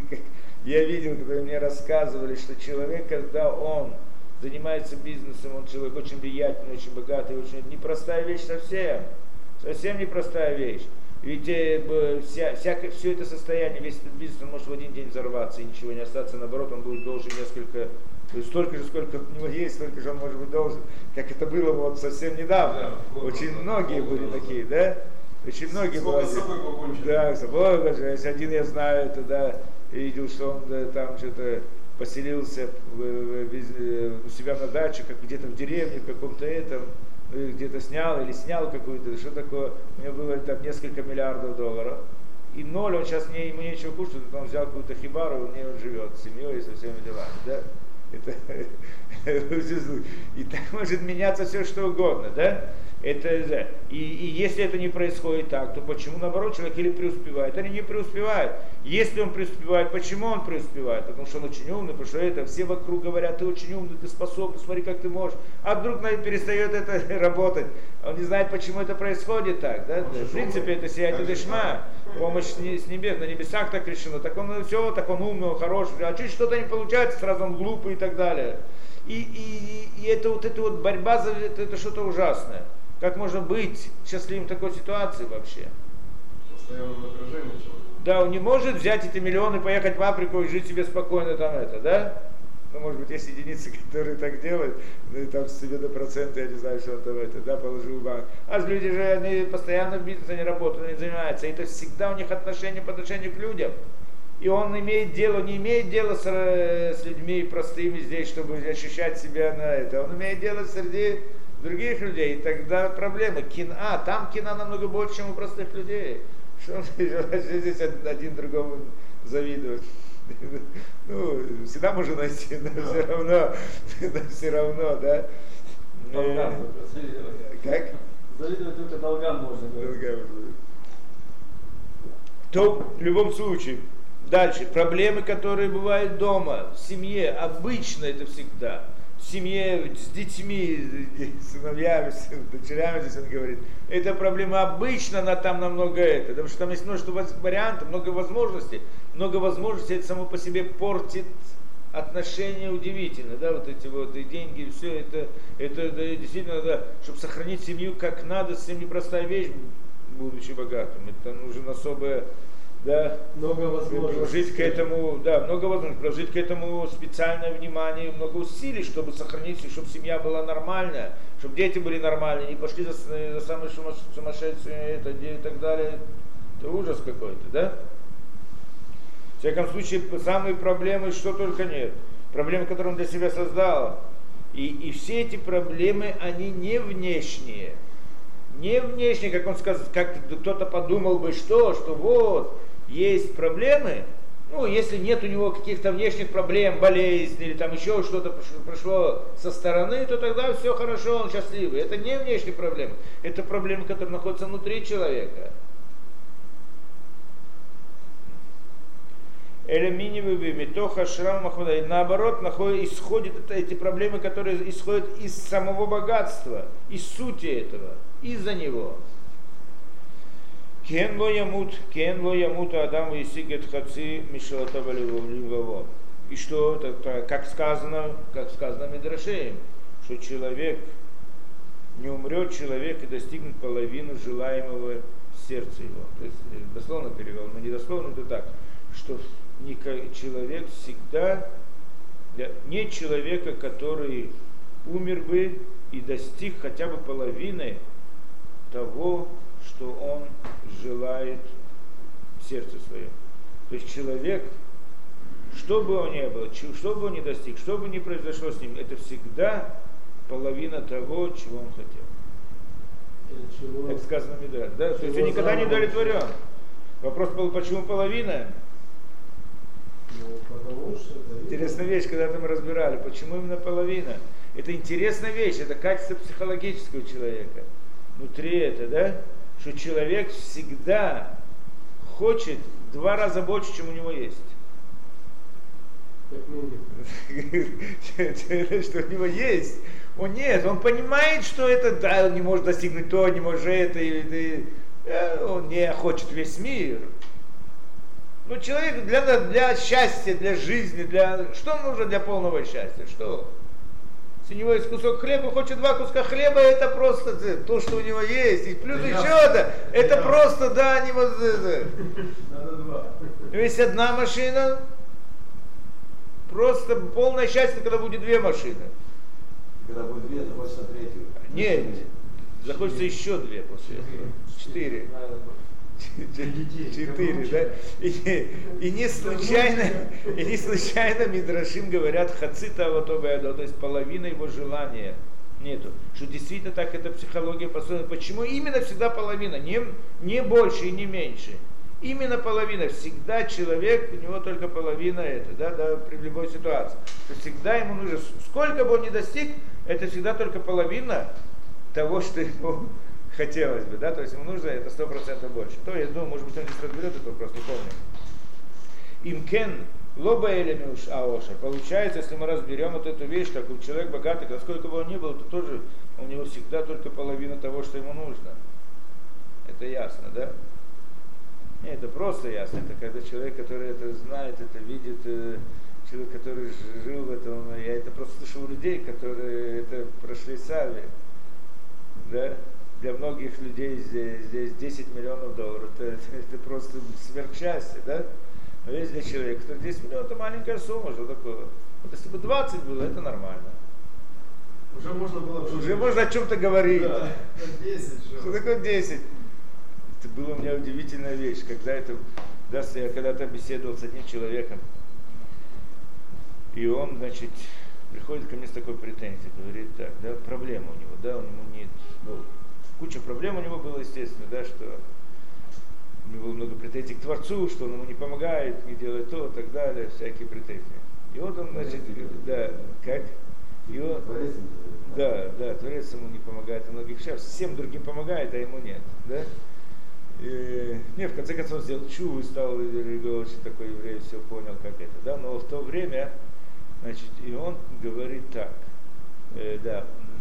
я видел, когда мне рассказывали, что человек, когда он занимается бизнесом, он человек очень влиятельный, очень богатый, очень непростая вещь совсем, совсем непростая вещь. Ведь э, вся, всякое, все это состояние, весь этот бизнес, он может в один день взорваться и ничего не остаться, наоборот, он будет должен несколько, то есть столько же, сколько у него есть, столько же он может быть должен, как это было вот совсем недавно. Да, очень вот, многие вот, были вот, такие, да? Очень многие были. С собой покончили. Да, с собой покончили. Если один я знаю, то да, видел, что он да, там что-то поселился в, в, в, у себя на даче, как где-то в деревне, в каком-то этом, где-то снял или снял какую-то, что такое, у него было там несколько миллиардов долларов, и ноль, он сейчас не, ему нечего кушать, он взял какую-то хибару, в ней он живет с семьей и со всеми делами, да? Это, и так может меняться все что угодно, да? Это, да. И, и если это не происходит так, то почему наоборот человек или преуспевает, или не преуспевает? Если он преуспевает, почему он преуспевает? Потому что он очень умный, потому что это все вокруг говорят, ты очень умный, ты способный, смотри, как ты можешь. А вдруг перестает это работать. Он не знает, почему это происходит так. Да? В принципе, это сиятельная дешма, помощь с небес, на небесах так решено. Так он все, так он умный, он хороший. А чуть что-то не получается, сразу он глупый и так далее. И, и, и это вот эта вот борьба за это, это что-то ужасное. Как можно быть счастливым в такой ситуации вообще? Постоянное напряжение человека. Да, он не может взять эти миллионы, поехать в Африку и жить себе спокойно там это, да? Ну, может быть, есть единицы, которые так делают, ну и там себе до процента, я не знаю, что он там это, да, положил в банк. А люди же, они постоянно в бизнесе, они работают, они занимаются. И это всегда у них отношение по отношению к людям. И он имеет дело, не имеет дела с, с людьми простыми здесь, чтобы ощущать себя на это. Он имеет дело среди других людей, и тогда проблема. Кина, там кина намного больше, чем у простых людей. Что он здесь один другому завидует? Ну, всегда можно найти, но все равно, но все равно, да. Долгам Как? Завидовать только долгам можно. Долгам. То в любом случае, дальше, проблемы, которые бывают дома, в семье, обычно это всегда. В семье, с детьми, с сыновьями, с дочерями, здесь он говорит, эта проблема обычно, она там намного это, потому что там есть множество вариантов, много возможностей, много возможностей, это само по себе портит отношения удивительно, да, вот эти вот и деньги, все это, это да, действительно, да, чтобы сохранить семью как надо, совсем непростая вещь, будучи богатым, это нужно особое, да, много возможностей. Приложить к этому, да, много возможностей, приложить к этому специальное внимание, много усилий, чтобы сохранить, чтобы семья была нормальная, чтобы дети были нормальные, не пошли за, за самые сумасшедшие это, и так далее. Это ужас какой-то, да? В всяком случае, самые проблемы, что только нет. Проблемы, которые он для себя создал. И, и все эти проблемы, они не внешние. Не внешне, как он сказал, как кто-то подумал бы, что, что вот, есть проблемы, ну, если нет у него каких-то внешних проблем, болезни или там еще что-то прошло со стороны, то тогда все хорошо, он счастливый. Это не внешние проблемы, это проблемы, которые находятся внутри человека. Элеминивый метоха шрам махуда. И наоборот, находит, исходят эти проблемы, которые исходят из самого богатства, из сути этого, из-за него. Кен ло ямут, кен ло ямут адам висигет хаци мишалатава ливаво. И что это, как сказано, как сказано Мидрашеем, что человек, не умрет человек и достигнет половину желаемого сердца его. То есть дословно перевел, но не дословно, это так, что человек всегда, нет человека, который умер бы и достиг хотя бы половины того, что он желает в сердце своем. То есть человек, что бы он ни был, что бы он ни достиг, что бы ни произошло с ним, это всегда половина того, чего он хотел. Чего? Так сказано в Мидраше, да? То есть он никогда не удовлетворен. Вопрос был, почему половина? Ну, интересная вещь, когда-то мы разбирали, почему именно половина. Это интересная вещь, это качество психологического человека. Внутри это, да? Что человек всегда хочет в два раза больше, чем у него есть. Что у него есть. Он нет, он понимает, что это, да, он не может достигнуть то, не может это, и, и, он не хочет весь мир. Но человек для, для счастья, для жизни, для что нужно для полного счастья? Что? Если у него есть кусок хлеба, хочет два куска хлеба, это просто то, что у него есть. И плюс еще это, это просто, да, не вот это. Надо два. Есть одна машина, просто полное счастье, когда будет две машины. Когда будет две, захочется третью. Нет, захочется еще две после этого. Четыре. Четыре, да? И, и не случайно, и не случайно Мидрашим говорят хацита аватобайадо, то есть половина его желания нету. Что действительно так эта психология построена. Почему именно всегда половина, не, не больше и не меньше. Именно половина. Всегда человек, у него только половина это, да, да, при любой ситуации. То есть всегда ему нужно, сколько бы он ни достиг, это всегда только половина того, что ему хотелось бы, да, то есть ему нужно это сто процентов больше. То, я думаю, может быть, он здесь разберет этот вопрос, не помню. Имкен лоба элемиуш аоша. Получается, если мы разберем вот эту вещь, как у человека богатый, насколько бы он ни был, то тоже у него всегда только половина того, что ему нужно. Это ясно, да? Нет, это просто ясно. Это когда человек, который это знает, это видит, человек, который жил в этом, я это просто слышал у людей, которые это прошли сами, да? Для многих людей здесь, здесь десять миллионов долларов, это, это, это просто сверхсчастье, да? Но есть для человека, который десять миллионов, это маленькая сумма, что такое? Вот если бы двадцать было, это нормально. Уже можно было... Уже можно о чем-то говорить. Да, десять же. Что такое десять? Это была у меня удивительная вещь, когда это, да, я когда-то беседовал с одним человеком, и он, значит, приходит ко мне с такой претензией, говорит, так, да, проблема у него, да, у него нет, ну, куча проблем у него было, естественно, да, что у него было много претензий к Творцу, что он ему не помогает, не делает то, и так далее, всякие претензии. И вот он, значит, да, как? И он, да, да, Творец ему не помогает, и многих вещах, всем другим помогает, а ему нет, да? И, не, в конце концов сделал чуву и стал очень такой еврей, все понял, как это, да, но в то время, значит, и он говорит так, э, да,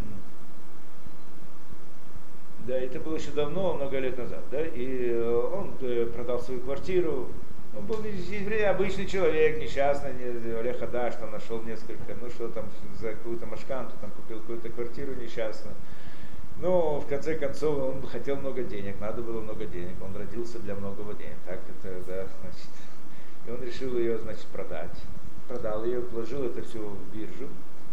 да, это было еще давно, много лет назад, да, и он э, продал свою квартиру, он был еврей, обычный человек, несчастный, Олег Хадаш, там нашел несколько, ну что там, за какую-то машканту, там купил какую-то квартиру несчастную. Но в конце концов он хотел много денег, надо было много денег, он родился для многого денег, так это, да, значит, и он решил ее, значит, продать, продал ее, вложил это все в биржу,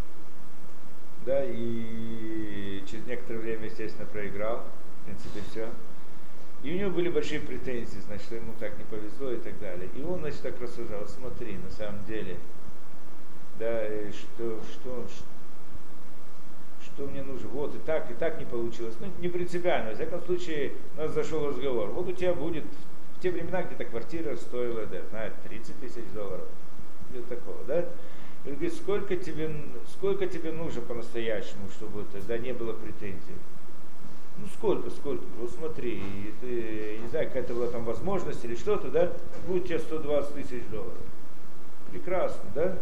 да, и через некоторое время, естественно, проиграл, в принципе, все. И у него были большие претензии, значит, что ему так не повезло и так далее. И он, значит, так рассуждал, смотри, на самом деле, да, что, что, что что мне нужно, вот и так, и так не получилось. Ну, не принципиально, во всяком случае, у нас зашел разговор. Вот у тебя будет, в те времена где-то квартира стоила, да, знаю, тридцать тысяч долларов, где-то такого, да? И он говорит, сколько тебе, сколько тебе нужно по-настоящему, чтобы это, да, не было претензий? Ну, сколько, сколько? Вот смотри, и ты, не знаю, какая-то была там возможность или что-то, да? Будет у тебя сто двадцать тысяч долларов. Прекрасно, да?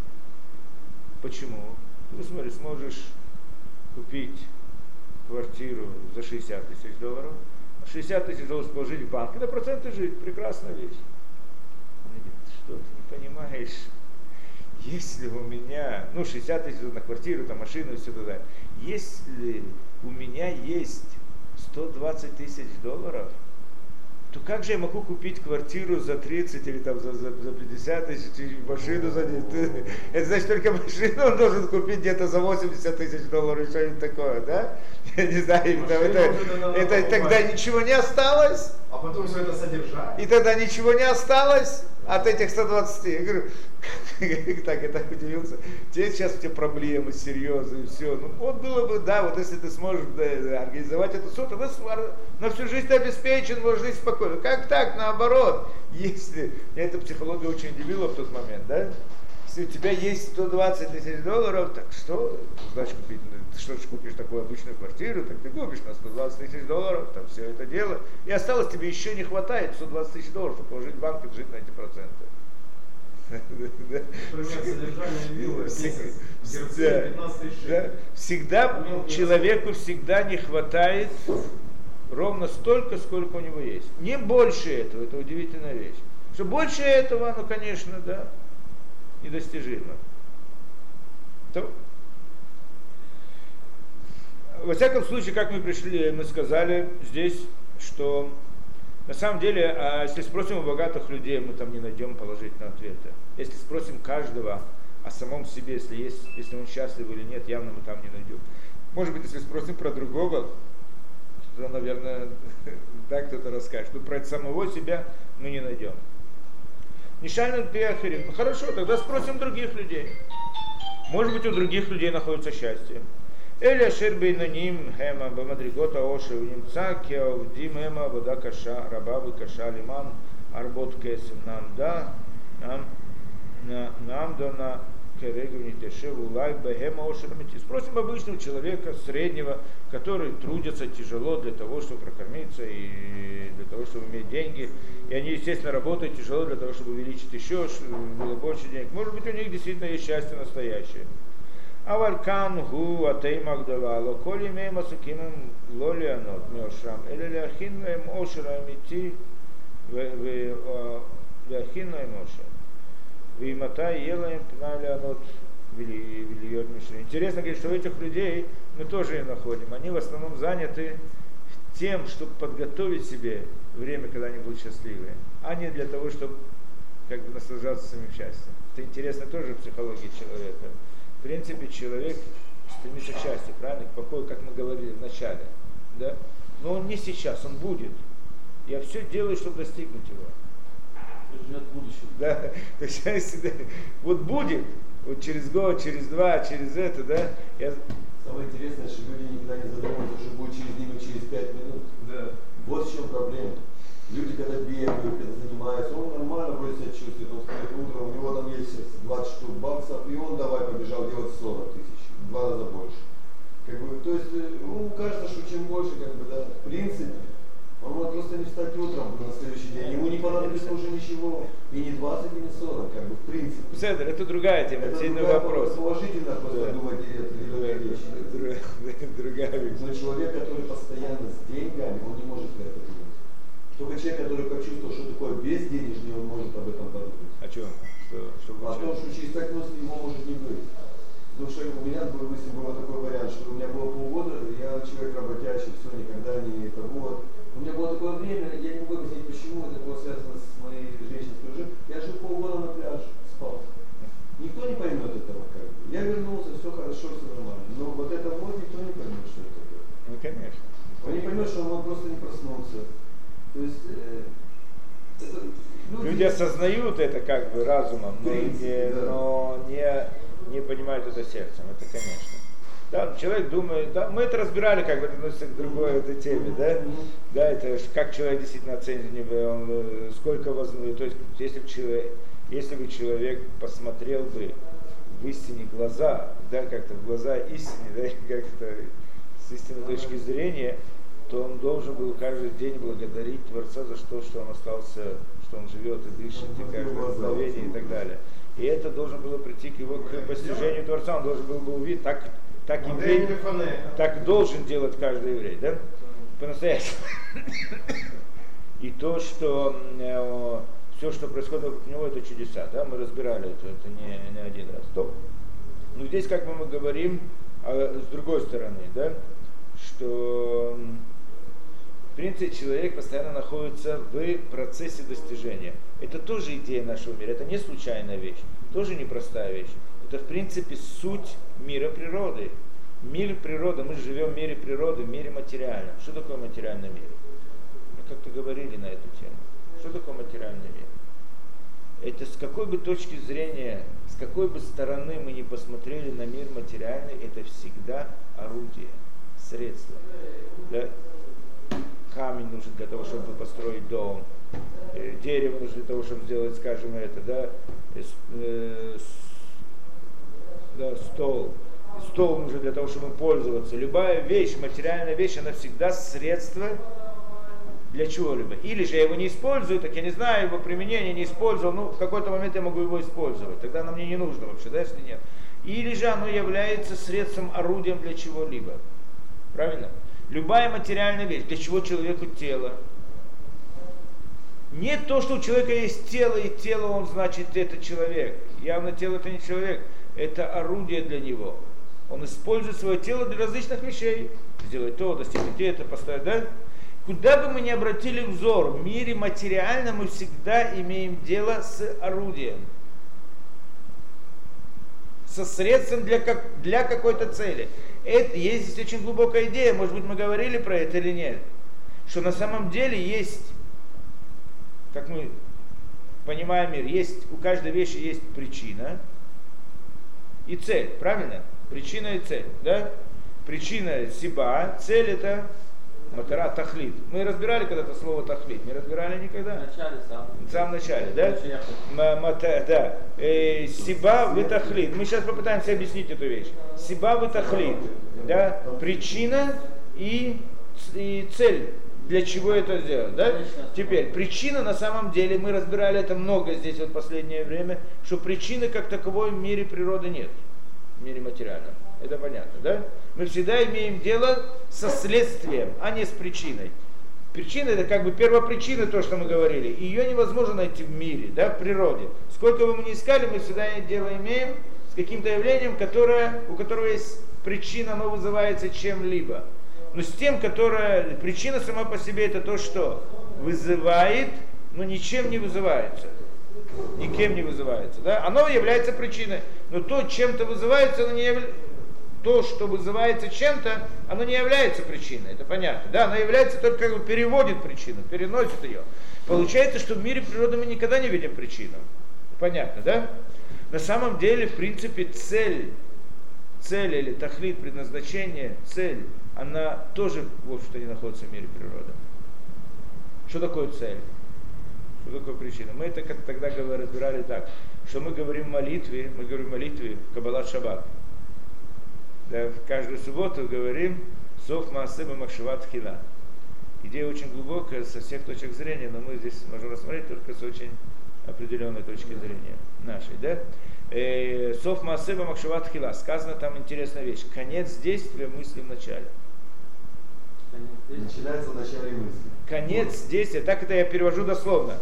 Почему? Ты, смотри, сможешь купить квартиру за шестьдесят тысяч долларов, шестьдесят тысяч долларов положить в банк, и на проценты жить, прекрасная вещь. Он говорит, что ты не понимаешь, если у меня, ну шестьдесят тысяч на квартиру, там машину и все туда, если у меня есть сто двадцать тысяч долларов, то как же я могу купить квартиру за тридцать или там за, за, за пятьдесят тысяч, машину за десять? Это значит, только машину он должен купить где-то за восемьдесят тысяч долларов, что-нибудь такое, да? Я не знаю, это, это, это тогда ничего не осталось. А потом все это содержать. И тогда ничего не осталось от этих ста двадцати. Я говорю, так, я так удивился. Теперь сейчас у тебя проблемы серьезные, все. Ну вот было бы, да, вот если ты сможешь да, организовать эту соту, вы на всю жизнь обеспечен, можешь жить спокойно. Как так, наоборот? Если, меня эта психология очень удивила в тот момент, да? Если у тебя есть сто двадцать тысяч долларов, так что, значит, купить, ты что ж купишь такую обычную квартиру, так ты купишь на сто двадцать тысяч долларов, там все это дело, и осталось тебе еще не хватает сто двадцать тысяч долларов, чтобы положить в банк и жить на эти проценты. Например, содержание виллы в месяц, пятнадцать тысяч. Всегда, человеку всегда не хватает ровно столько, сколько у него есть. Не больше этого, это удивительная вещь. Что больше этого, ну конечно, да, недостижимо. То, во всяком случае, как мы пришли, мы сказали здесь, что на самом деле, если спросим у богатых людей, мы там не найдем положительного ответа. Если спросим каждого о самом себе, если, есть, если он счастлив или нет, явно мы там не найдем. Может быть, если спросим про другого, то, наверное, так кто-то расскажет. Но про самого себя мы не найдем. Нишальный пиахирин. Ну хорошо, тогда спросим других людей. Может быть, у других людей находится счастье. Эля шербейнаним хема бамадригота оши унимца кеовдим хема вода каша рабавы каша лиман арбот кесим нам да нам нам да на керегу нитешеву лайк бехема оши рамити. Спросим обычного человека, среднего, который трудится тяжело для того, чтобы прокормиться и для того, чтобы иметь деньги. И они, естественно, работают тяжело для того, чтобы увеличить еще, чтобы было больше денег. Может быть, у них действительно есть счастье настоящее. Авалькан гу атей магдавало, коли имеем асукимым лолианот мёшрам, или ляхиннаем ошерам идти ляхиннаем ошер. Вимата елаем пналианот вильёт мишрам. Интересно, говорит, что у этих людей мы тоже и находим. Они в основном заняты тем, чтобы подготовить себе время, когда они будут счастливые, а не для того, чтобы как бы наслаждаться самим счастьем. Это интересно тоже в психологии человека. В принципе, человек стремится к счастью, правильно, к покою, как мы говорили в начале. Да? Но он не сейчас, он будет. Я все делаю, чтобы достигнуть его. Ждет будущего. Да, то есть, вот будет, вот через год, через два, через это, да. Я... Самое интересное, что люди никогда не задумываются, что будет через ними через пять минут. Да. Вот в чем проблема. Люди, когда бегают, когда занимаются, он нормально вроде себя чувствует, он встает утром, у него там есть двадцать штук баксов, и он давай побежал делать сорок тысяч, два раза больше. Как бы, то есть, ему кажется, что чем больше, как бы, да, в принципе, он может просто не встать утром на следующий день, ему не понадобится уже ничего, и не двадцать, и не сорок, как бы, в принципе. Седер, это другая тема, это другая вопрос. Положительно просто да. Думать и это, другая вещь. Другая вещь. Но человек, который постоянно с деньгами, он не может про это думать. Только человек, который почувствовал, что такое безденежный, он может об этом подумать. О чем? Что, что О том, что через пять минут его может не быть. Потому что у меня был, допустим, был такой вариант, что у меня было полгода, я человек работящий, все, никогда не это вот. У меня было такое время, я не могу объяснить, почему это было связано с моей женщиной жизнью. Я жил полгода на пляже, спал. Никто не поймет этого, как бы. Я вернулся, все хорошо, все нормально. Но вот это вот никто не поймет, что это было. Ну, конечно. Он не поймет, что он просто не проснулся. То есть, э, это, люди... люди осознают это как бы разумом, но, принципе, не, да. но не, не понимают это сердцем, это конечно. Да, человек думает, да, мы это разбирали, как бы это относится к другой этой теме, да, да, это как человек действительно оценит, он, сколько возможно, то есть если бы человек, если бы человек посмотрел бы в истине глаза, да, как-то в глаза истины, да, как-то с истинной точки зрения, то он должен был каждый день благодарить Творца за то, что он остался, что он живет и дышит, и каждое мгновение и так далее. И это должно было прийти к его к постижению Творца, он должен был бы увидеть, так, так, еврей, так должен делать каждый еврей, да? По-настоящему. И то, что э, все, что происходит вокруг него, это чудеса, да? Мы разбирали это, это не, не один раз. То, но здесь, как бы мы говорим, а, с другой стороны, да, что в принципе человек постоянно находится в процессе достижения. Это тоже идея нашего мира, это не случайная вещь, тоже непростая вещь. Это в принципе суть мира природы. Мир природы, мы живем в мире природы, в мире материальном. Что такое материальный мир? Мы как-то говорили на эту тему. Что такое материальный мир? Это с какой бы точки зрения, с какой бы стороны мы ни посмотрели на мир материальный, это всегда орудие, средство. Да? Камень нужен для того, чтобы построить дом, дерево нужно для того, чтобы сделать, скажем, это, да, э, да, стол. Стол нужен для того, чтобы пользоваться. Любая вещь, материальная вещь, она всегда средство для чего-либо. Или же я его не использую, так я не знаю его применения, не использовал, ну в какой-то момент я могу его использовать, тогда оно мне не нужно вообще, да, если нет. Или же оно является средством, орудием для чего-либо. Правильно? Любая материальная вещь, для чего человеку тело? Не то, что у человека есть тело, и тело, он значит, это человек. Явно тело это не человек, это орудие для него. Он использует свое тело для различных вещей. Сделать то, достигнуть это, поставить, да? Куда бы мы ни обратили взор, в мире материальном мы всегда имеем дело с орудием. Со средством для, как, для какой-то цели. Это, есть здесь очень глубокая идея, может быть, мы говорили про это или нет, что на самом деле есть, как мы понимаем мир, есть, у каждой вещи есть причина и цель, правильно? Причина и цель, да? Причина сиба, цель это матара тахлит. Мы разбирали когда-то слово тахлит, не разбирали никогда? В начале сам. В самом начале, да? Мата, да. Э, сиба вы тахлит. Мы сейчас попытаемся объяснить эту вещь. Сиба вы тахлит, да? Причина и, и цель. Для чего это сделать, да? Теперь, причина на самом деле, мы разбирали это много здесь вот в последнее время, что причины как таковой в мире природы нет, в мире материальном. Это понятно, да? Мы всегда имеем дело со следствием, а не с причиной. Причина это как бы первопричина, то, что мы говорили. И ее невозможно найти в мире, да, в природе. Сколько бы мы ни искали, мы всегда дело имеем с каким-то явлением, которое, у которого есть причина, оно вызывается чем-либо. Но с тем, которая причина сама по себе это то, что вызывает, но ничем не вызывается. Никем не вызывается. Да? Оно является причиной. Но то, чем-то вызывается, оно не является. То, что вызывается чем-то, оно не является причиной. Это понятно. Да? Оно является только как бы переводит причину, переносит ее. Получается, что в мире природы мы никогда не видим причину. Понятно, да? На самом деле, в принципе, цель, цель или тахлит, предназначение, цель, она тоже, в общем-то, не находится в мире природы. Что такое цель? Что такое причина? Мы это как тогда разбирали так, что мы говорим в молитве, мы говорим в молитве Каббалат Шаббат. Да, в каждую субботу говорим Соф Маасе Бамахшават Хила. Идея очень глубокая со всех точек зрения, но мы здесь можем рассмотреть только с очень определенной точки зрения нашей. Да? Соф Маасе Бамахшават Хила. Сказано там интересная вещь. Конец действия мысли в начале. Начинается в начале мысли. Конец действия, так это я перевожу дословно.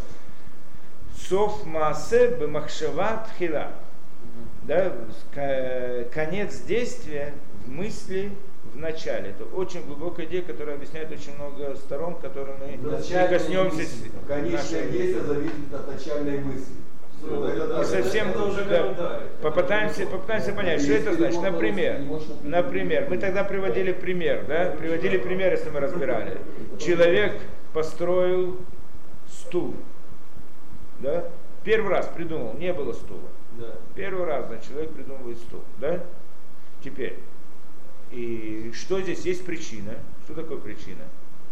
Соф Маасе Бамахшават Хила. Да, конец действия в мысли в начале. Это очень глубокая идея, которая объясняет очень много сторон, которые мы не коснемся. Конечное действие зависит от начальной мысли. Не совсем, да, попытаемся, попытаемся понять, что это значит. Например, например, мы тогда приводили пример, да, приводили пример, если мы разбирали. Человек построил стул, да, первый раз придумал, не было стула. Да. Первый раз, значит, человек придумывает стул, да? Теперь, и что здесь есть причина? Что такое причина?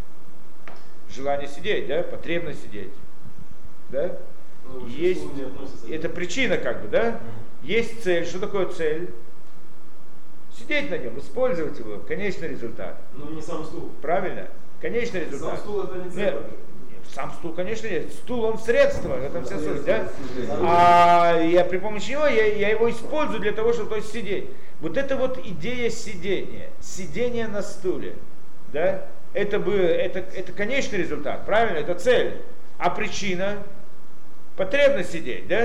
Желание сидеть, да? Потребность сидеть, да? Ну, есть, это причина как бы, да? Есть цель. Что такое цель? Сидеть на нем, использовать его, конечный результат. Но не сам стул. Правильно? Конечный результат. Сам стул это не цель. Нет. Сам стул, конечно, нет. Стул, он средство, в этом вся суть, да? А я при помощи него, я, я его использую для того, чтобы то есть, сидеть. Вот это вот идея сидения, сидение на стуле, да? Это, бы, это, это конечный результат, правильно? Это цель. А причина? Потребность сидеть, да?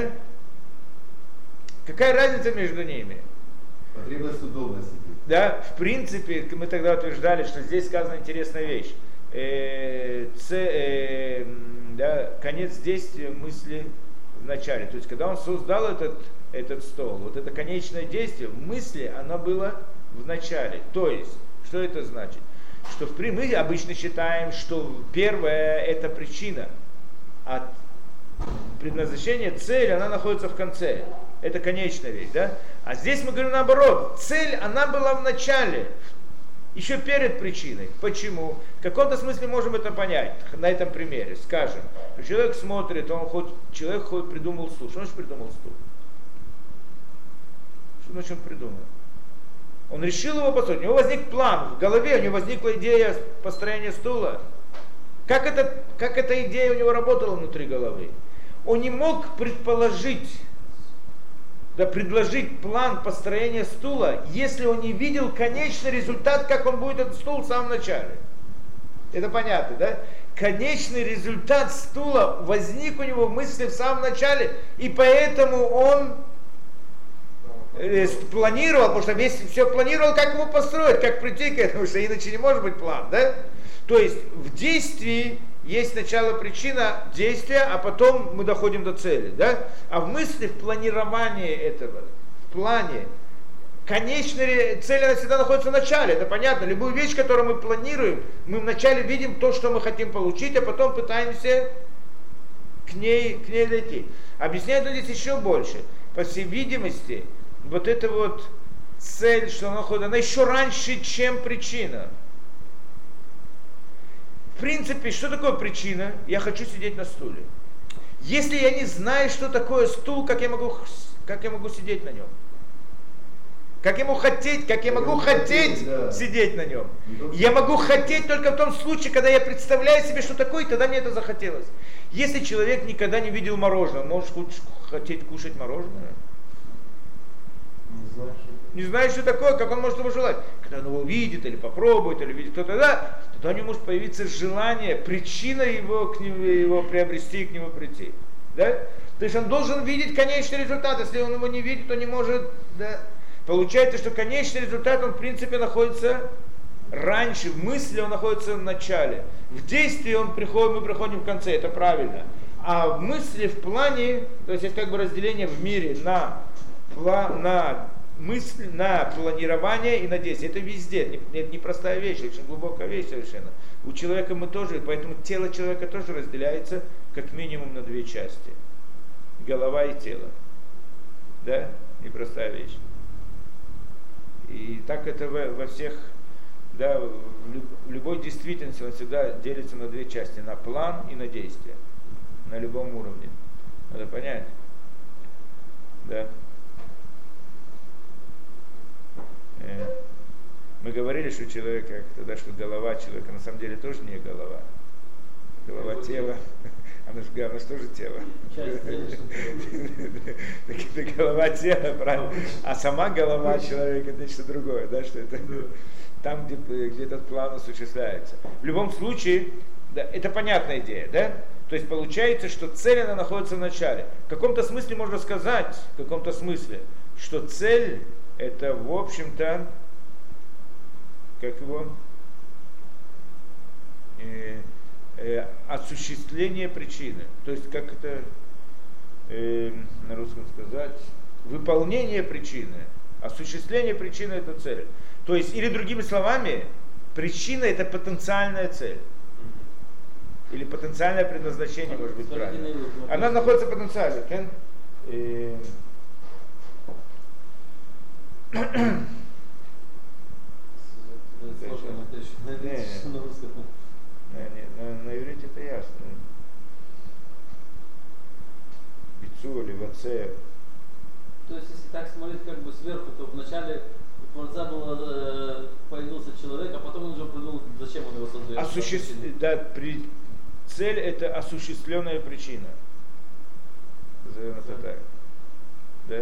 Какая разница между ними? Потребность удобно сидеть. Да, в принципе, мы тогда утверждали, что здесь сказана интересная вещь. Э, ц, э, да, конец действия мысли в начале. То есть, когда он создал этот, этот стол, вот это конечное действие, в мысли оно было в начале. То есть, что это значит? Что в, мы обычно считаем, что первое это причина, а предназначение, цель, она находится в конце. Это конечная вещь, да? А здесь мы говорим наоборот. Цель, она была в начале, еще перед причиной. Почему? В каком-то смысле можем это понять на этом примере. Скажем, человек смотрит, он хоть, человек хоть придумал стул. Что значит придумал стул? Что значит он придумал? Он решил его построить. У него возник план в голове, у него возникла идея построения стула. Как, это, как эта идея у него работала внутри головы? Он не мог предположить, да, предложить план построения стула, если он не видел конечный результат, как он будет этот стул в самом начале. Это понятно, да? Конечный результат стула возник у него в мысли в самом начале, и поэтому он э, планировал, потому что весь все планировал, как его построить, как прийти к этому, что иначе не может быть план, да? То есть в действии есть сначала причина действия, а потом мы доходим до цели, да? А в мысли, в планировании этого, в плане, конечная цель, она всегда находится в начале, это понятно. Любую вещь, которую мы планируем, мы вначале видим то, что мы хотим получить, а потом пытаемся к ней, к ней дойти. Объясняют здесь еще больше. По всей видимости, вот эта вот цель, что она находится, она еще раньше, чем причина. В принципе, что такое причина? Я хочу сидеть на стуле. Если я не знаю, что такое стул, как я могу, как я могу сидеть на нем? Как я могу хотеть, как я могу хотеть да. сидеть на нем? Я могу хотеть только в том случае, когда я представляю себе, что такое, и тогда мне это захотелось. Если человек никогда не видел мороженого, может хотеть кушать мороженое? Не знаю, что... Не знает, что такое, как он может его желать. Когда он его увидит, или попробует, или видит кто-то, да, тогда у него может появиться желание, причина его, к нему, его приобрести и к нему прийти. Да? То есть он должен видеть конечный результат. Если он его не видит, то не может... Да. Получается, что конечный результат, он в принципе находится раньше, в мысли он находится в начале. В действии он приходит, мы приходим в конце, это правильно. А в мысли, в плане, то есть есть как бы разделение в мире на, на мысль, на планирование и на действие. Это везде, это не, не простая вещь, это очень глубокая вещь совершенно. У человека мы тоже, поэтому тело человека тоже разделяется как минимум на две части. Голова и тело. Да? Непростая вещь. И так это во, во всех, да, в, люб, в любой действительности он всегда делится на две части, на план и на действие, на любом уровне. Надо понять. Да. Э, мы говорили, что человек, как тогда, что голова человека, на самом деле тоже не голова. Голова тела. Оно же, оно же тоже тело. Так это голова тела, правильно. А сама голова человека это нечто другое, да, что это там, где, где этот план осуществляется. В любом случае, да, это понятная идея, да? То есть получается, что цель она находится в начале. В каком-то смысле можно сказать, в каком-то смысле, что цель это, в общем-то, как его, э, э, осуществление причины. То есть, как это э, на русском сказать, выполнение причины. Осуществление причины это цель. То есть, или другими словами, причина это потенциальная цель. Или потенциальное предназначение, может быть, правильно. Она находится потенциально. Э, На иврите это ясно. Бицу или ваце. То есть, если так смотреть как бы сверху, то вначале у Творца было, появился человек, а потом он уже придумал, зачем он его создает. Осуществ... Да, при... Цель это осуществленная причина. Назовем это так. Да?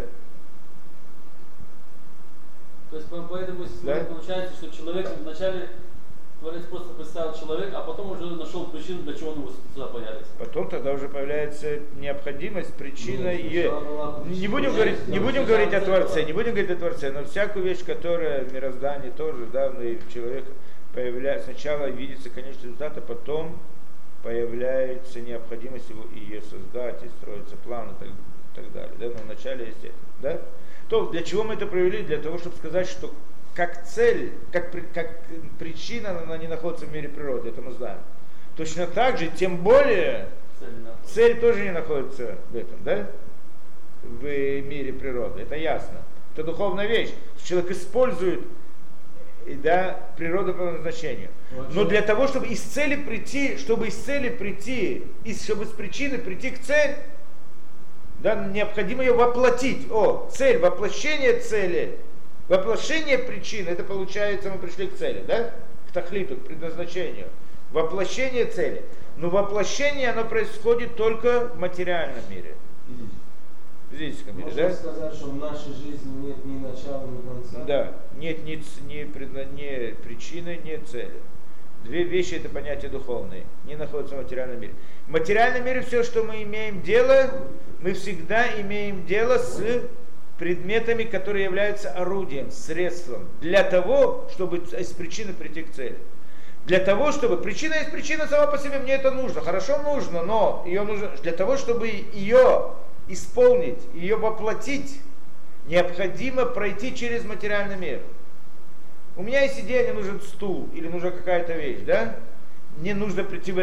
То есть поэтому да? Получается, что человек вначале Творец просто представил человека, а потом уже нашел причину, для чего он его сюда появится. Потом тогда уже появляется необходимость, причина. Нет, ее... Не будем говорить, не будем говорить о Творце, не будем говорить о Творце, но всякую вещь, которая в мироздании тоже, да, в человеке появляется, сначала видится конечный результат, а потом появляется необходимость его ее создать, и строится план и так, и так далее. Да? Но вначале есть это. Да? То, для чего мы это провели? Для того, чтобы сказать, что как цель, как, как причина, она не находится в мире природы, это мы знаем. Точно так же, тем более, цель, цель тоже не находится в этом, да? В мире природы, это ясно. Это духовная вещь. Человек использует и, да, природу по назначению. Но для того, чтобы из цели прийти, чтобы из цели прийти, и чтобы с причины прийти к цели, да, необходимо ее воплотить. О, цель, воплощение цели, воплощение причины, это получается, мы пришли к цели, да? К тахлиту, к предназначению. Воплощение цели. Но воплощение, оно происходит только в материальном мире. В физическом мире, можно да? сказать, что в нашей жизни нет ни начала, ни конца? Да, нет ни, ни, ни причины, ни цели. Две вещи это понятия духовные, не находятся в материальном мире. В материальном мире все, что мы имеем дело, мы всегда имеем дело с предметами, которые являются орудием, средством для того, чтобы из причины прийти к цели. Для того, чтобы... Причина есть причина сама по себе, мне это нужно. Хорошо, нужно, но ее нужно... Для того, чтобы ее исполнить, ее воплотить, необходимо пройти через материальный мир. У меня есть идея, мне нужен стул или нужна какая-то вещь, да? Мне нужно прийти в